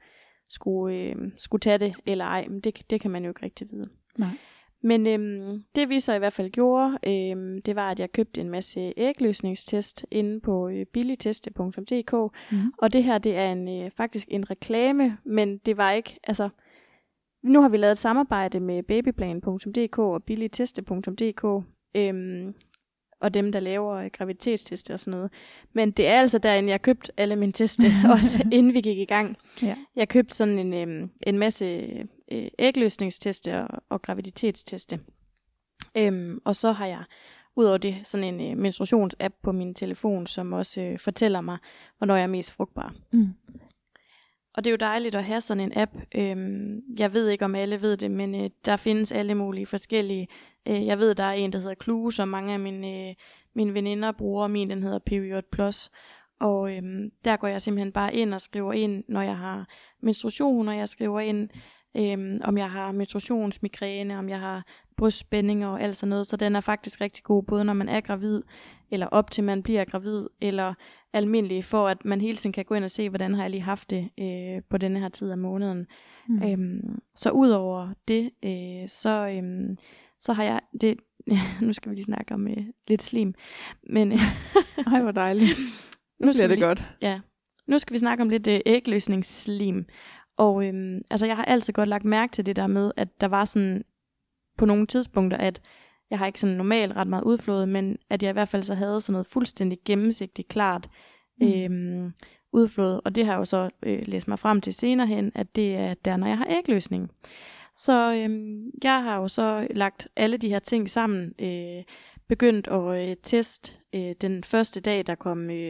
skulle tage det, eller ej. Men det kan man jo ikke rigtig vide. Nej. Men det vi så i hvert fald gjorde, det var, at jeg købte en masse ægløsningstest inde på billigteste.dk. Og det her, det er faktisk en reklame, men det var ikke, altså, nu har vi lavet et samarbejde med babyplan.dk og billigteste.dk, og dem, der laver graviditetstester og sådan noget. Men det er altså derinde, jeg købte alle mine teste, også inden vi gik i gang. Ja. Jeg købte sådan en masse ægløsningsteste og graviditetsteste. Og så har jeg, udover det, sådan en menstruationsapp på min telefon, som også fortæller mig, hvornår jeg er mest frugtbar. Og det er jo dejligt at have sådan en app. Jeg ved ikke, om alle ved det, men der findes alle mulige forskellige. Jeg ved, der er en, der hedder Clue, som mange af mine veninder bruger. Min, den hedder Period Plus. Og der går jeg simpelthen bare ind og skriver ind, når jeg har menstruation, og jeg skriver ind, om jeg har menstruationsmigræne, om jeg har brystspændinger og alt sådan noget. Så den er faktisk rigtig god, både når man er gravid, eller op til man bliver gravid, eller almindelig, for at man hele tiden kan gå ind og se, hvordan har jeg lige haft det på denne her tid af måneden. Så udover det, så har jeg det. Nu skal vi lige snakke om lidt slim, men ej, hvor dejligt. Nu bliver det godt. Ja, nu skal vi snakke om lidt ægløsningsslim. Og altså, jeg har altid godt lagt mærke til det der med, at der var sådan på nogle tidspunkter, at jeg har ikke sådan normalt ret meget udflået, men at jeg i hvert fald så havde sådan noget fuldstændig gennemsigtigt, klart udflået. Og det har jeg jo så læst mig frem til senere hen, at det er der, når jeg har ægløsning. Så jeg har jo så lagt alle de her ting sammen, begyndt at teste den første dag, der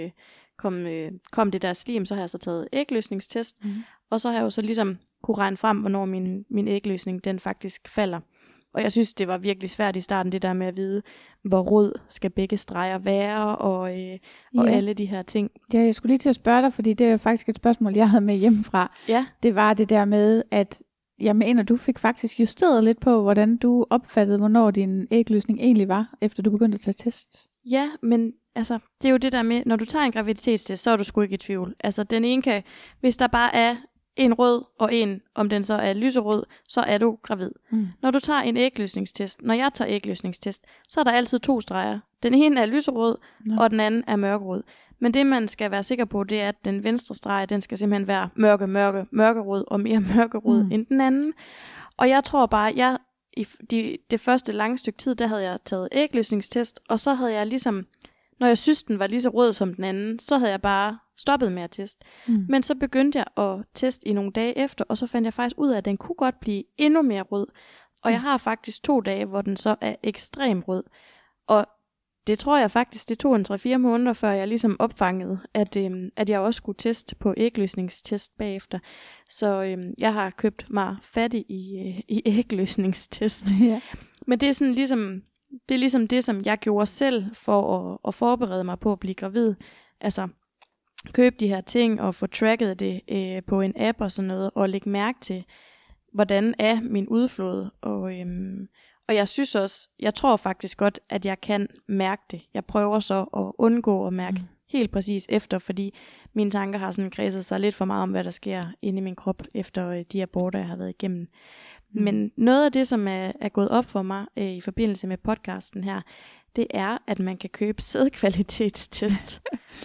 kom det der slim, så har jeg så taget ægløsningstest, og så har jeg jo så ligesom kunne regne frem, hvornår min ægløsning, den faktisk falder. Og jeg synes, det var virkelig svært i starten, det der med at vide, hvor rød skal begge streger være, og alle de her ting. Ja, jeg skulle lige til at spørge dig, fordi det er faktisk et spørgsmål, jeg havde med hjemmefra. Ja. Det var det der med, at du fik faktisk justeret lidt på, hvordan du opfattede, hvornår din ægløsning egentlig var, efter du begyndte at tage test. Ja, men altså, det er jo det der med, når du tager en graviditetstest, så er du sgu ikke i tvivl. Altså, den ene kan, hvis der bare er en rød og en, om den så er lyserød, så er du gravid. Når du tager en ægløsningstest, når jeg tager ægløsningstest, så er der altid 2 streger. Den ene er lyserød, og den anden er mørkerød. Men det, man skal være sikker på, det er, at den venstre streg, den skal simpelthen være mørkerød og mere mørkerød end den anden. Og jeg tror bare, det første lange stykke tid, der havde jeg taget ægløsningstest, og så havde jeg ligesom, når jeg synes, den var lige så rød som den anden, så havde jeg bare stoppet med at teste. Men så begyndte jeg at teste i nogle dage efter, og så fandt jeg faktisk ud af, at den kunne godt blive endnu mere rød. Og jeg har faktisk 2 dage, hvor den så er ekstrem rød. Og det tror jeg faktisk, det tog 3-4 måneder, før jeg ligesom opfangede, at jeg også skulle teste på ægløsningstest bagefter. Så jeg har købt mig fat i ægløsningstest. Ja. Men det er sådan ligesom det, som jeg gjorde selv for at forberede mig på at blive gravid. altså købe de her ting og få tracket det på en app og sådan noget, og lægge mærke til, hvordan er min udflod. Og jeg synes også, jeg tror faktisk godt, at jeg kan mærke det. Jeg prøver så at undgå at mærke helt præcis efter, fordi mine tanker har sådan kredset sig lidt for meget om, hvad der sker inde i min krop, efter de aborter, jeg har været igennem. Men noget af det, som er gået op for mig i forbindelse med podcasten her, det er, at man kan købe sædkvalitetstest.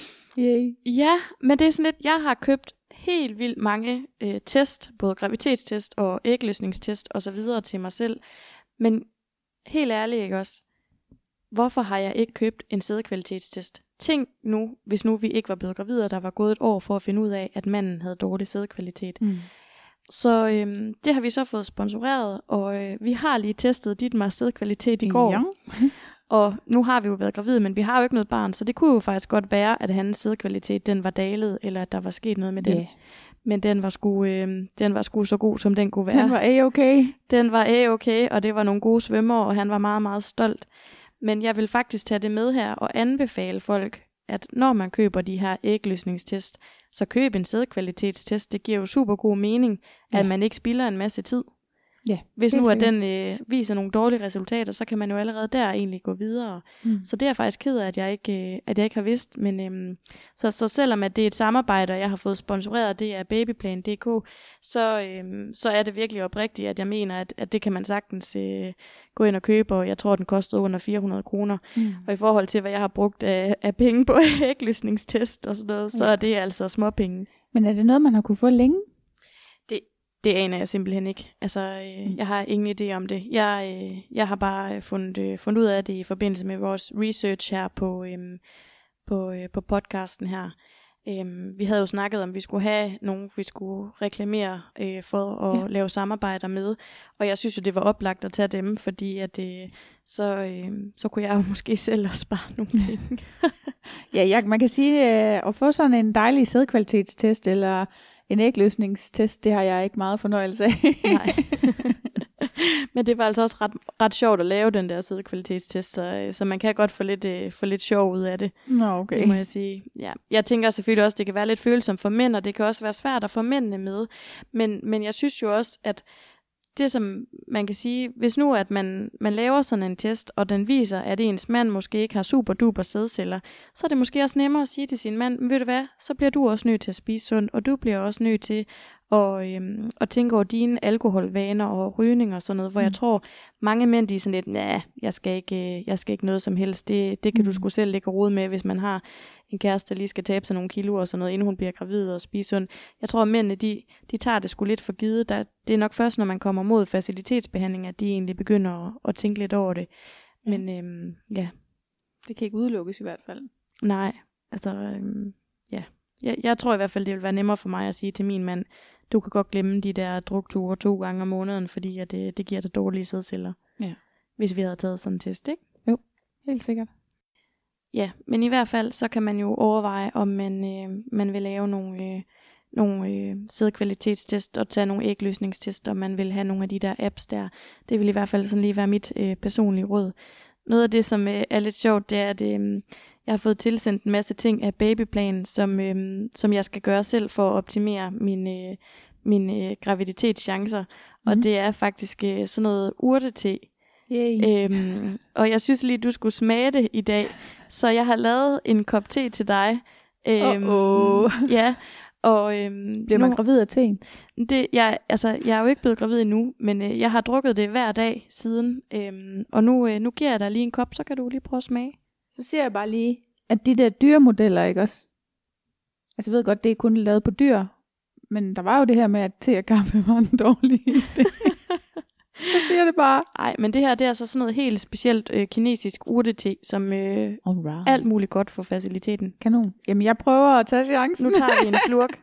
Ja, men det er sådan lidt, jeg har købt helt vildt mange test, både graviditetstest og ægløsningstest og så videre til mig selv. Men helt ærligt, ikke også? Hvorfor har jeg ikke købt en sædkvalitetstest? Tænk nu, hvis nu vi ikke var blevet gravide, og der var gået et år for at finde ud af, at manden havde dårlig sædkvalitet. Så det har vi så fået sponsoreret, og vi har lige testet Dietmars sædkvalitet i går. Ja. Og nu har vi jo været gravide, men vi har jo ikke noget barn, så det kunne jo faktisk godt være, at hans sædkvalitet, den var dalet, eller at der var sket noget med den. Men den var sgu så god, som den kunne være. Den var A-okay. Den var A-okay, og det var nogle gode svømmer, og han var meget, meget stolt. Men jeg vil faktisk tage det med her og anbefale folk, at når man køber de her ægløsningstest, så køb en sædkvalitetstest. Det giver jo super god mening, at man ikke spilder en masse tid. Ja, hvis nu at den viser nogle dårlige resultater, så kan man jo allerede der egentlig gå videre. Så det er jeg faktisk ked af, at jeg ikke har vidst. Men så selvom at det er et samarbejde, og jeg har fået sponsoreret, det er babyplan.dk, så er det virkelig oprigtigt, at jeg mener, at det kan man sagtens gå ind og købe, og jeg tror, den kostede under 400 kroner. Og i forhold til, hvad jeg har brugt af penge på ægløsningstest og sådan noget, så er det altså småpenge. Men er det noget, man har kunne få længe? Det aner jeg simpelthen ikke. Altså, jeg har ingen idé om det. Jeg har bare fundet ud af det i forbindelse med vores research her på podcasten her. Vi havde jo snakket om, vi skulle have nogen, vi skulle reklamere for at lave samarbejder med. Og jeg synes jo, det var oplagt at tage dem, fordi at så kunne jeg jo måske selv også spare nogle penge. Man kan sige, at få sådan en dejlig sædkvalitetstest, eller en ægløsningstest, det har jeg ikke meget fornøjelse af. Nej. Men det var altså også ret sjovt at lave den der sædkvalitetstest, så man kan godt få lidt sjov ud af det. Nå, okay. Det må jeg sige. Ja. Jeg tænker selvfølgelig også, det kan være lidt følsomt for mænd, og det kan også være svært at få mændene med. Men jeg synes jo også, at det som man kan sige, hvis nu at man laver sådan en test, og den viser, at ens mand måske ikke har super duper sædceller, så er det måske også nemmere at sige til sin mand, ved du hvad, så bliver du også nødt til at spise sundt, og du bliver også nødt til at tænke over dine alkoholvaner og rygning og sådan noget, hvor jeg tror, mange mænd de er sådan lidt, jeg skal ikke noget som helst, det kan du sgu selv lægge rode med, hvis man har en kæreste, der lige skal tabe sig nogle kilo og sådan noget, inden hun bliver gravid og spise sundt. Jeg tror, at mændene, de tager det sgu lidt for givet. Det er nok først, når man kommer mod facilitetsbehandling, at de egentlig begynder at tænke lidt over det. Men det kan ikke udelukkes i hvert fald. Nej, altså jeg tror i hvert fald, det vil være nemmere for mig at sige til min mand, du kan godt glemme de der drukture 2 gange om måneden, fordi at det giver dig dårlige sædceller. Ja. Hvis vi havde taget sådan en test, ikke? Jo, helt sikkert. Ja, men i hvert fald, så kan man jo overveje, om man vil lave nogle sædkvalitetstest og tage nogle ægløsningstest, og man vil have nogle af de der apps der. Det vil i hvert fald sådan lige være mit personlige råd. Noget af det, som er lidt sjovt, det er, at jeg har fået tilsendt en masse ting af Babyplan, som jeg skal gøre selv for at optimere mine graviditetschancer. Og det er faktisk sådan noget urtete. Og jeg synes lige, du skulle smage det i dag. Så jeg har lavet en kop te til dig. Ja. Og, bliver man gravid af te? Jeg er jo ikke blevet gravid endnu, men jeg har drukket det hver dag siden. Og nu giver jeg dig lige en kop, så kan du lige prøve at smage. Så siger jeg bare lige, at de der dyremodeller, ikke også? Altså jeg ved godt, det er kun lavet på dyr, men der var jo det her med, at te og kaffe var en dårlig idé. Jeg siger det bare. Nej, men det her, det er altså sådan noget helt specielt kinesisk urtete, som alt muligt godt for faciliteten. Kanon. Jamen jeg prøver at tage chancen. Nu tager vi en slurk.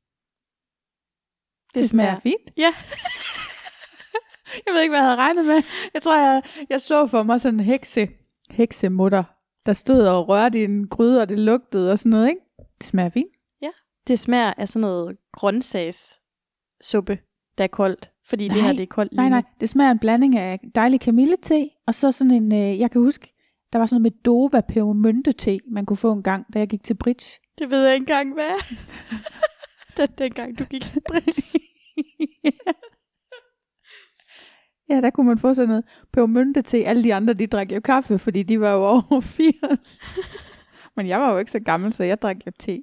Det smager fint. Ja. Jeg ved ikke, hvad jeg havde regnet med. Jeg tror, jeg så for mig sådan en heksemutter, der stod og rørte i en gryde, og det lugtede og sådan noget, ikke? Det smager fint. Ja, det smager af sådan noget grøntsagssuppe, der er koldt. Fordi det her, det er koldt lige. Nej, det smager en blanding af dejlig kamillete, og så sådan en, jeg kan huske, der var sådan noget med Dova pebermynte-te, man kunne få en gang, da jeg gik til bridge. Det ved jeg ikke engang, hvad er. Dengang du gik til Britt. Ja, der kunne man få sådan noget pebermynte til. Alle de andre, de drak jo kaffe, fordi de var jo over 80. Men jeg var jo ikke så gammel, så jeg drak jo te.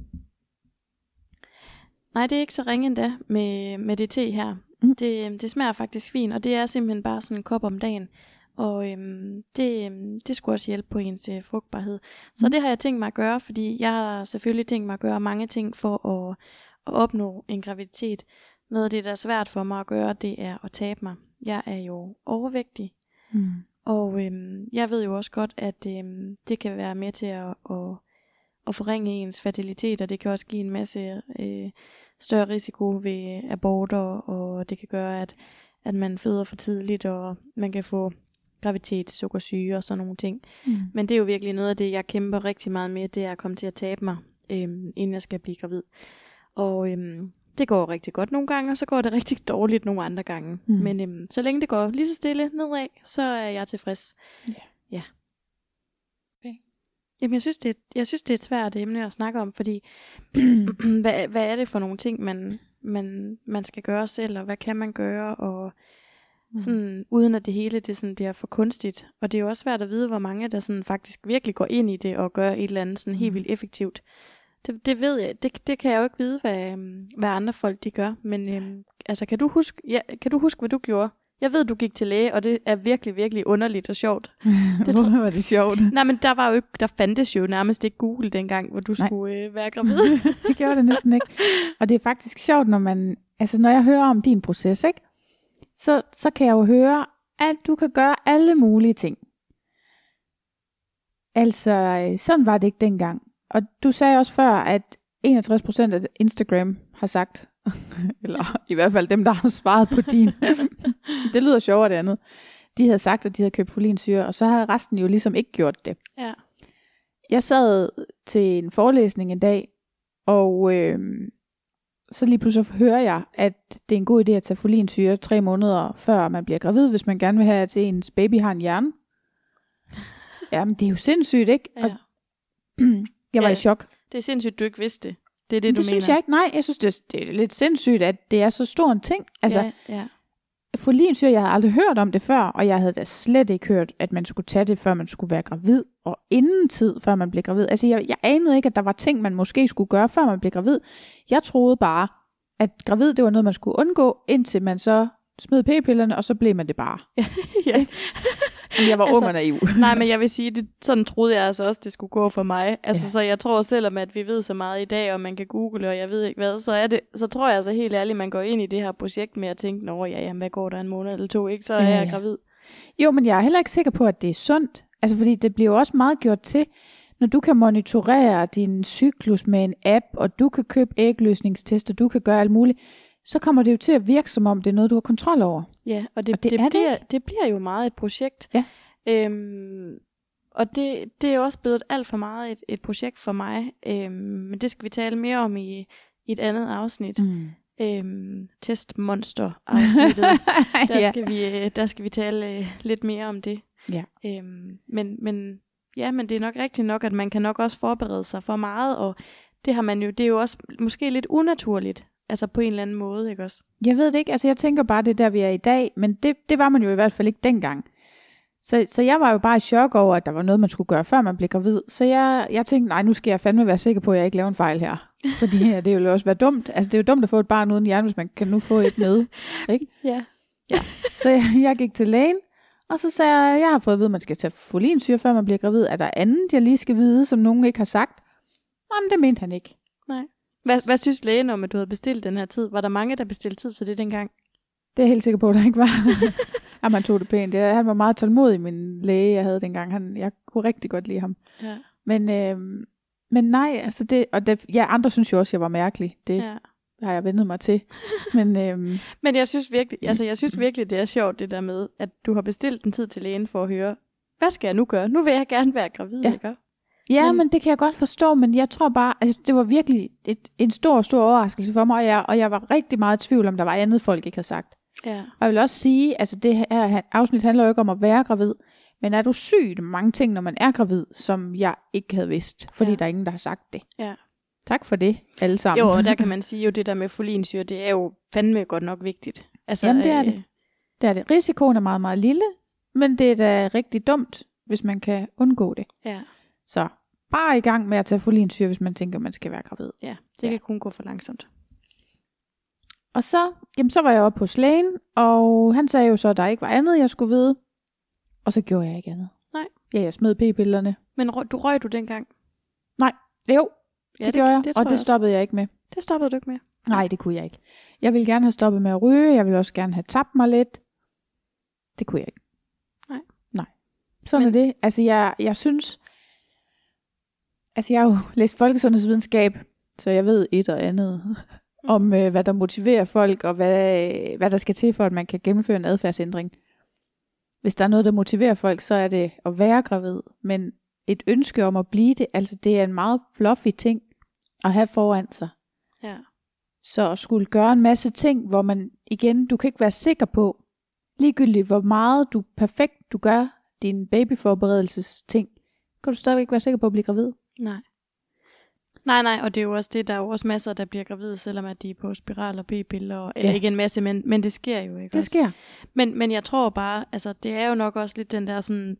Nej, det er ikke så ringe endda med det te her. Det smager faktisk fint, og det er simpelthen bare sådan en kop om dagen. Og det skulle også hjælpe på ens frugtbarhed. Så det har jeg tænkt mig at gøre, fordi jeg har selvfølgelig tænkt mig at gøre mange ting for at opnå en graviditet. Noget af det, der er svært for mig at gøre, det er at tabe mig. Jeg er jo overvægtig, og jeg ved jo også godt, at det kan være med til at forringe ens fertilitet, og det kan også give en masse større risiko ved aborter, og det kan gøre, at man føder for tidligt, og man kan få graviditetssukkersyge og sådan nogle ting. Men det er jo virkelig noget af det, jeg kæmper rigtig meget med, det er at komme til at tabe mig, inden jeg skal blive gravid. Og det går rigtig godt nogle gange, og så går det rigtig dårligt nogle andre gange. Men så længe det går lige så stille nedad, så er jeg tilfreds. Ja. Okay. Jamen, jeg synes, det er et svært emne at snakke om, fordi hvad er det for nogle ting, man skal gøre selv, og hvad kan man gøre, og sådan, uden at det hele det sådan bliver for kunstigt. Og det er jo også svært at vide, hvor mange der sådan faktisk virkelig går ind i det, og gør et eller andet sådan helt vildt effektivt. Det ved jeg, det kan jeg jo ikke vide, hvad andre folk de gør, men altså kan du huske, hvad du gjorde? Jeg ved, du gik til læge, og det er virkelig, virkelig underligt og sjovt. Hvor var det sjovt? Nej, men der fandtes jo nærmest ikke Google dengang, hvor du skulle være gravid. Det gjorde det næsten ikke. Og det er faktisk sjovt, når jeg hører om din proces, ikke? Så kan jeg jo høre, at du kan gøre alle mulige ting. Altså, sådan var det ikke dengang. Og du sagde også før, at 61% af Instagram har sagt, eller i hvert fald dem, der har svaret på din, det lyder sjovere det andet, de havde sagt, at de havde købt folinsyre, og så havde resten jo ligesom ikke gjort det. Ja. Jeg sad til en forelæsning en dag, og så lige pludselig hører jeg, at det er en god idé at tage folinsyre 3 måneder før man bliver gravid, hvis man gerne vil have, at ens baby har en hjerne. Jamen, det er jo sindssygt, ikke? Ja. Og jeg var i chok. Det er sindssygt, du ikke vidste det. Det er det, du mener. Det synes jeg ikke. Nej, jeg synes, det er lidt sindssygt, at det er så stor en ting. Altså, folinsyre, jeg havde aldrig hørt om det før, og jeg havde da slet ikke hørt, at man skulle tage det, før man skulle være gravid, og inden tid, før man blev gravid. Altså, jeg anede ikke, at der var ting, man måske skulle gøre, før man blev gravid. Jeg troede bare, at gravid, det var noget, man skulle undgå, indtil man så smed p-pillerne, og så blev man det bare. Ja. Jeg var ung og naiv. Nej, men jeg vil sige, sådan troede jeg altså også, det skulle gå for mig. Altså, så jeg tror selvom, at vi ved så meget i dag, og man kan google, og jeg ved ikke hvad, så tror jeg altså helt ærligt, man går ind i det her projekt med at tænke, hvad går der en måned eller 2, ikke? Så er jeg gravid. Jo, men jeg er heller ikke sikker på, at det er sundt. Altså, fordi det bliver jo også meget gjort til, når du kan monitorere din cyklus med en app, og du kan købe ægløsningstester, du kan gøre alt muligt, så kommer det jo til at virke, som om det er noget, du har kontrol over. Ja, og det bliver jo meget et projekt. Ja. Og det er jo også blevet alt for meget et projekt for mig. Men det skal vi tale mere om i et andet afsnit. Testmonster-afsnittet. Der skal vi tale lidt mere om det. Ja. Men det er nok rigtigt nok, at man kan nok også forberede sig for meget, og det er jo også måske lidt unaturligt. Altså på en eller anden måde, ikke også? Jeg ved det ikke. Altså jeg tænker bare, det er der, vi er i dag. Men det var man jo i hvert fald ikke dengang. Så jeg var jo bare i chok over, at der var noget, man skulle gøre, før man blev gravid. Så jeg tænkte, nej, nu skal jeg fandme være sikker på, at jeg ikke laver en fejl her. Fordi det ville jo også være dumt. Altså det er jo dumt at få et barn uden hjerne, hvis man kan nu få et med. Ikke? Ja. Så jeg gik til lægen, og så sagde jeg har fået at vide, at man skal tage folinsyre, før man bliver gravid. Er der andet, jeg lige skal vide, som nogen ikke har sagt? Jamen, det mente han ikke. Nej. Hvad synes lægen om, at du havde bestilt den her tid? Var der mange, der bestilte tid til det dengang? Det er jeg helt sikker på, at der ikke var. Ja, man tog det pænt. Han var meget tålmodig, min læge, jeg havde dengang. Jeg kunne rigtig godt lide ham. Ja. Men nej, altså andre synes jo også, jeg var mærkelig. Det har jeg vendet mig til. Men jeg synes virkelig, det er sjovt det der med, at du har bestilt en tid til lægen for at høre, hvad skal jeg nu gøre? Nu vil jeg gerne være gravid, ikke? Ja, men det kan jeg godt forstå, men jeg tror bare, altså det var virkelig en stor, stor overraskelse for mig, og jeg var rigtig meget i tvivl, om der var andet folk ikke havde sagt. Ja. Og jeg vil også sige, altså det her afsnit handler jo ikke om at være gravid, Men er du syg mange ting, når man er gravid, som jeg ikke havde vidst, fordi der er ingen, der har sagt det. Ja. Tak for det, alle sammen. Jo, og der kan man sige jo, det der med folinsyre, det er jo fandme godt nok vigtigt. Altså, jamen, det er det. Det er det. Risikoen er meget, meget lille, men det er da rigtig dumt, hvis man kan undgå det. Ja. Så bare i gang med at tage folinsyre, hvis man tænker, man skal være gravid. Ja, det kan kun gå for langsomt. Og så var jeg oppe hos lægen, og han sagde jo så, at der ikke var andet, jeg skulle vide. Og så gjorde jeg ikke andet. Nej. Ja, jeg smed p-pillerne. Men røg du dengang? Nej, jo, det gjorde jeg, og det stoppede jeg ikke med. Det stoppede du ikke med? Nej, det kunne jeg ikke. Jeg ville gerne have stoppet med at ryge, jeg ville også gerne have tabt mig lidt. Det kunne jeg ikke. Nej. Sådan er det. Altså, jeg synes... Altså, jeg har jo læst folkesundhedsvidenskab, så jeg ved et og andet om, hvad der motiverer folk, og hvad der skal til for, at man kan gennemføre en adfærdsændring. Hvis der er noget, der motiverer folk, så er det at være gravid. Men et ønske om at blive det, altså det er en meget fluffy ting at have foran sig. Ja. Så at skulle gøre en masse ting, hvor man igen, du kan ikke være sikker på, ligegyldigt hvor meget du gør din babyforberedelsesting, kan du stadigvæk ikke være sikker på at blive gravid. Nej, og det er jo også det, der er jo også masser, der bliver gravide, selvom at de er på spiral og p-piller, eller ikke en masse, men det sker jo, ikke? Det sker. Men jeg tror bare, altså det er jo nok også lidt den der sådan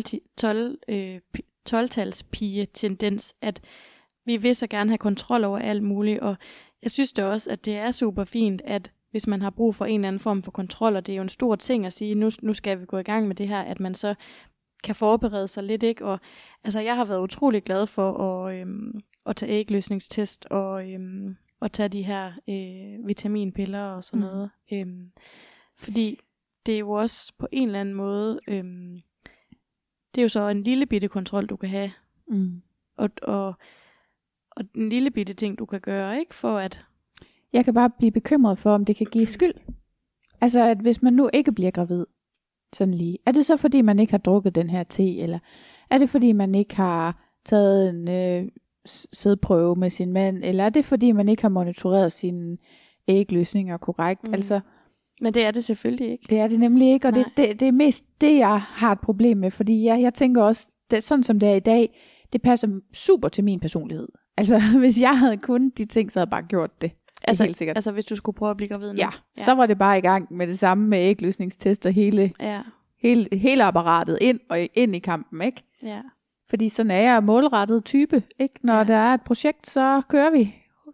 12-talspige-tendens, at vi vil så gerne have kontrol over alt muligt, og jeg synes da også, at det er super fint, at hvis man har brug for en eller anden form for kontrol, og det er jo en stor ting at sige, nu skal vi gå i gang med det her, at man så kan forberede sig lidt, ikke? Og altså jeg har været utrolig glad for at tage ægløsningstest og tage de her vitaminpiller og sådan noget. Fordi det er jo også på en eller anden måde, det er jo så en lille bitte kontrol, du kan have. Og en lille bitte ting, du kan gøre, ikke? For at... Jeg kan bare blive bekymret for, om det kan give skyld. Altså, at hvis man nu ikke bliver gravid, sådan lige, er det så fordi, man ikke har drukket den her te, eller er det fordi, man ikke har taget en sædprøve med sin mand, eller er det fordi, man ikke har monitoreret sine ægløsninger korrekt? Altså, men det er det selvfølgelig ikke. Det er det nemlig ikke, og det er mest det, jeg har et problem med, fordi jeg tænker også, det, sådan som det er i dag, det passer super til min personlighed. Altså, hvis jeg havde kunnet de ting, så havde jeg bare gjort det. Helt sikkert. Altså, hvis du skulle prøve at blive gravid nu? Ja, så var det bare i gang med det samme med ægløsningstest og hele apparatet ind i kampen, ikke? Ja. Fordi sådan er jeg målrettet type, ikke? Når der er et projekt, så kører vi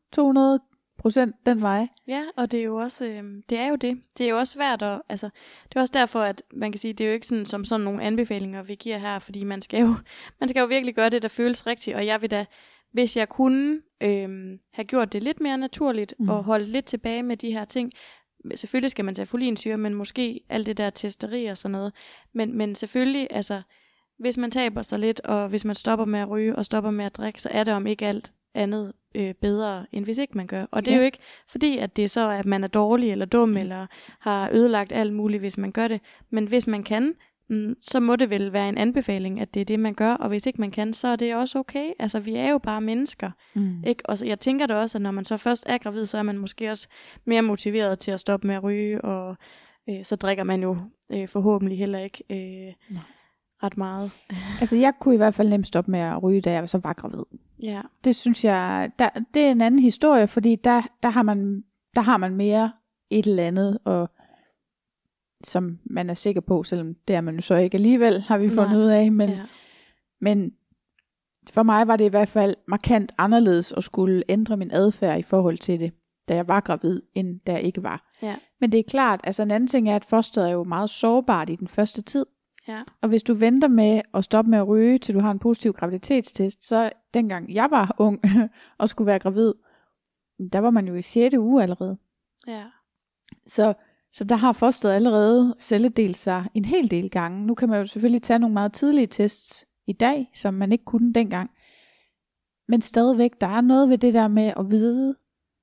200% den vej. Ja, og det er jo også, det er jo det. Det er jo også svært at, altså, det er også derfor, at man kan sige, det er jo ikke sådan, som sådan nogle anbefalinger, vi giver her, fordi man skal jo virkelig gøre det, der føles rigtigt, og jeg vil da, hvis jeg kunne have gjort det lidt mere naturligt, og holde lidt tilbage med de her ting, selvfølgelig skal man tage folinsyre, men måske alt det der testeri og sådan noget, men selvfølgelig, altså, hvis man taber sig lidt, og hvis man stopper med at ryge, og stopper med at drikke, så er det om ikke alt andet bedre, end hvis ikke man gør. Og det er jo ikke fordi, at det er så, at man er dårlig eller dum, eller har ødelagt alt muligt, hvis man gør det. Men hvis man kan, så må det vel være en anbefaling, at det er det, man gør. Og hvis ikke man kan, så er det også okay. Altså, vi er jo bare mennesker. Ikke? Og så, jeg tænker da også, at når man så først er gravid, så er man måske også mere motiveret til at stoppe med at ryge, og så drikker man jo forhåbentlig heller ikke ret meget. Altså, jeg kunne i hvert fald nemt stoppe med at ryge, da jeg så var gravid. Ja. Det synes jeg, det er en anden historie, fordi der har man mere et eller andet, og som man er sikker på, selvom det er man jo så ikke alligevel, har vi fundet ud af. Men for mig var det i hvert fald markant anderledes at skulle ændre min adfærd i forhold til det, da jeg var gravid, end da jeg ikke var. Ja. Men det er klart, altså en anden ting er, at fosteret er jo meget sårbart i den første tid. Ja. Og hvis du venter med at stoppe med at ryge, til du har en positiv graviditetstest, så dengang jeg var ung og skulle være gravid, der var man jo i 6. uge allerede. Ja. Så der har fosteret allerede celledelt sig en hel del gange. Nu kan man jo selvfølgelig tage nogle meget tidlige tests i dag, som man ikke kunne dengang. Men stadigvæk, der er noget ved det der med at vide,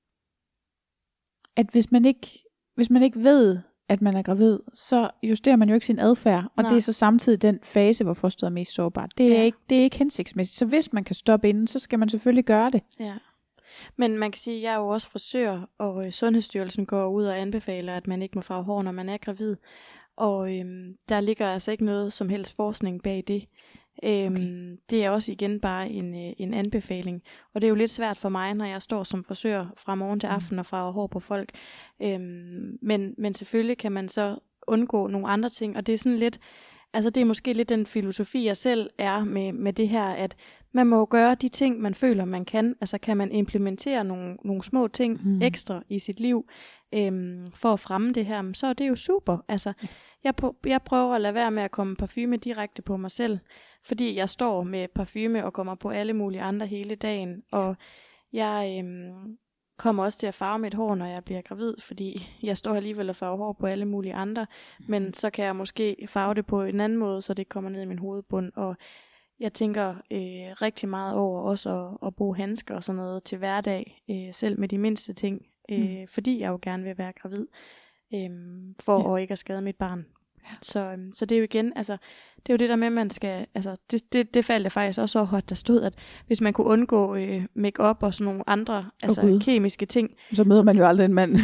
at hvis man ikke ved, at man er gravid, så justerer man jo ikke sin adfærd, og det er så samtidig den fase, hvor fosteret er mest sårbart. Det er ikke hensigtsmæssigt. Så hvis man kan stoppe inden, så skal man selvfølgelig gøre det. Ja. Men man kan sige, at jeg er jo også frisør, og Sundhedsstyrelsen går ud og anbefaler, at man ikke må farve hår, når man er gravid. Og der ligger altså ikke noget som helst forskning bag det. Okay. Det er også igen bare en anbefaling. Og det er jo lidt svært for mig, når jeg står som frisør fra morgen til aften og farver hår på folk. Men selvfølgelig kan man så undgå nogle andre ting. Og det er sådan lidt, altså det er måske lidt den filosofi, jeg selv er med det her, at man må gøre de ting, man føler, man kan. Altså kan man implementere nogle små ting ekstra i sit liv for at fremme det her, så er det jo super. Altså jeg prøver at lade være med at komme parfume direkte på mig selv, fordi jeg står med parfume og kommer på alle mulige andre hele dagen. Og jeg kommer også til at farve mit hår, når jeg bliver gravid, fordi jeg står alligevel og farver hår på alle mulige andre. Men så kan jeg måske farve det på en anden måde, så det kommer ned i min hovedbund. Og jeg tænker rigtig meget over også at bruge handsker og sådan noget til hverdag, selv med de mindste ting, fordi jeg jo gerne vil være gravid, for at ikke at skade mit barn. Så det er jo igen, altså det er jo det der med, at man skal, altså det faldt jeg faktisk også over, at der stod, at hvis man kunne undgå make-up og sådan nogle andre kemiske ting. Så møder man jo aldrig en mand.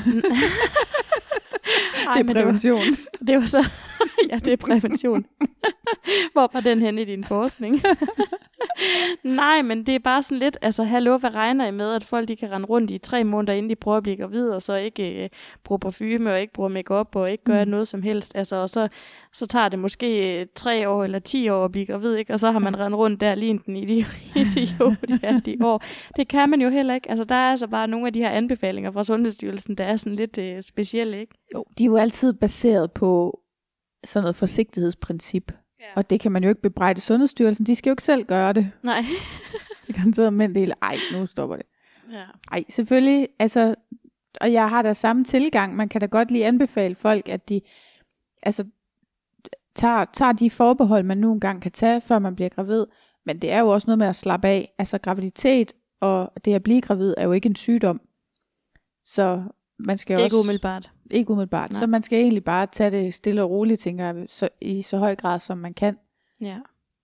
Det er prævention. Det var så, ja, det er prævention. Hvor var den henne i din forskning? Nej, men det er bare sådan lidt, altså hallo, hvad regner I med, at folk de kan rende rundt i 3 måneder, inden de prøver at blive gravide, og så ikke bruge parfume, og ikke bruge make-up, og ikke gøre noget som helst, altså, og så tager det måske 3 år eller 10 år at blive gravid, ikke? Og så har man rendt rundt der lige den idiot de år. Det kan man jo heller ikke, altså der er altså bare nogle af de her anbefalinger fra Sundhedsstyrelsen, der er sådan lidt specielle, ikke? Jo, de er jo altid baseret på sådan noget forsigtighedsprincip. Ja. Og det kan man jo ikke bebrejde Sundhedsstyrelsen. De skal jo ikke selv gøre det. Nej. Det kan sidde med det hele. Ej, nu stopper det. Ja. Ej, selvfølgelig. Altså, og jeg har da samme tilgang. Man kan da godt lige anbefale folk, at de altså tager de forbehold, man nu engang kan tage, før man bliver gravid. Men det er jo også noget med at slappe af. Altså graviditet og det at blive gravid er jo ikke en sygdom. Så man skal ikke umiddelbart. Ikke umiddelbart. Nej. Så man skal egentlig bare tage det stille og roligt, tænker jeg, i så høj grad, som man kan. Ja.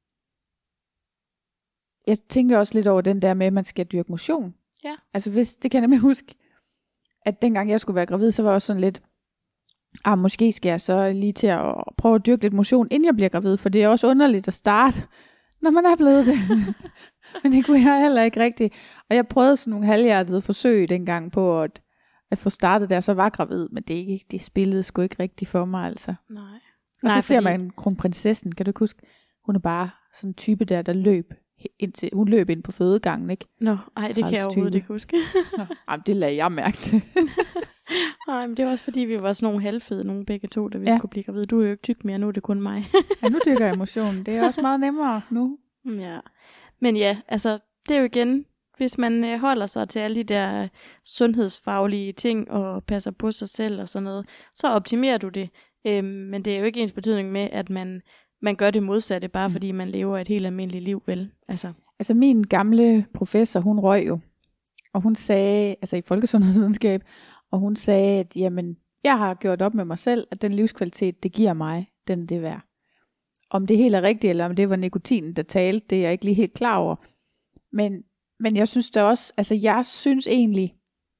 Jeg tænker også lidt over den der med, at man skal dyrke motion. Ja. Altså det kan jeg nemlig huske, at dengang jeg skulle være gravid, så var jeg også sådan lidt, måske skal jeg så lige til at prøve at dyrke lidt motion, inden jeg bliver gravid, for det er også underligt at starte, når man er blevet det. Men det kunne jeg heller ikke rigtigt. Og jeg prøvede sådan nogle halvhjertede forsøg dengang på at få startet der, så var gravid, men det spillede sgu ikke rigtigt for mig, altså. Nej. Og så ser man kronprinsessen, kan du huske? Hun er bare sådan en type der løb hun løb ind på fødegangen, ikke? Nå, det kan jeg overhovedet ikke huske. Det lagde jeg mærke til. Nej, men det var også fordi, vi var sådan nogle halvfede, nogle begge to, da vi skulle blive gravid. Du er jo ikke tyk mere, nu er det kun mig. Ja, nu dyrker jeg motion. Det er også meget nemmere nu. Ja, men ja, altså, det er jo igen, hvis man holder sig til alle de der sundhedsfaglige ting og passer på sig selv og sådan noget, så optimerer du det. Men det er jo ikke ens betydning med, at man gør det modsatte, bare fordi man lever et helt almindeligt liv, vel? Altså min gamle professor, hun røg jo, og hun sagde, altså i folkesundhedsvidenskab, og hun sagde, at jamen, jeg har gjort op med mig selv, at den livskvalitet, det giver mig, den det værd. Om det helt er rigtigt, eller om det var nikotinen, der talte, det er jeg ikke lige helt klar over. Men jeg synes da også, altså jeg synes egentlig,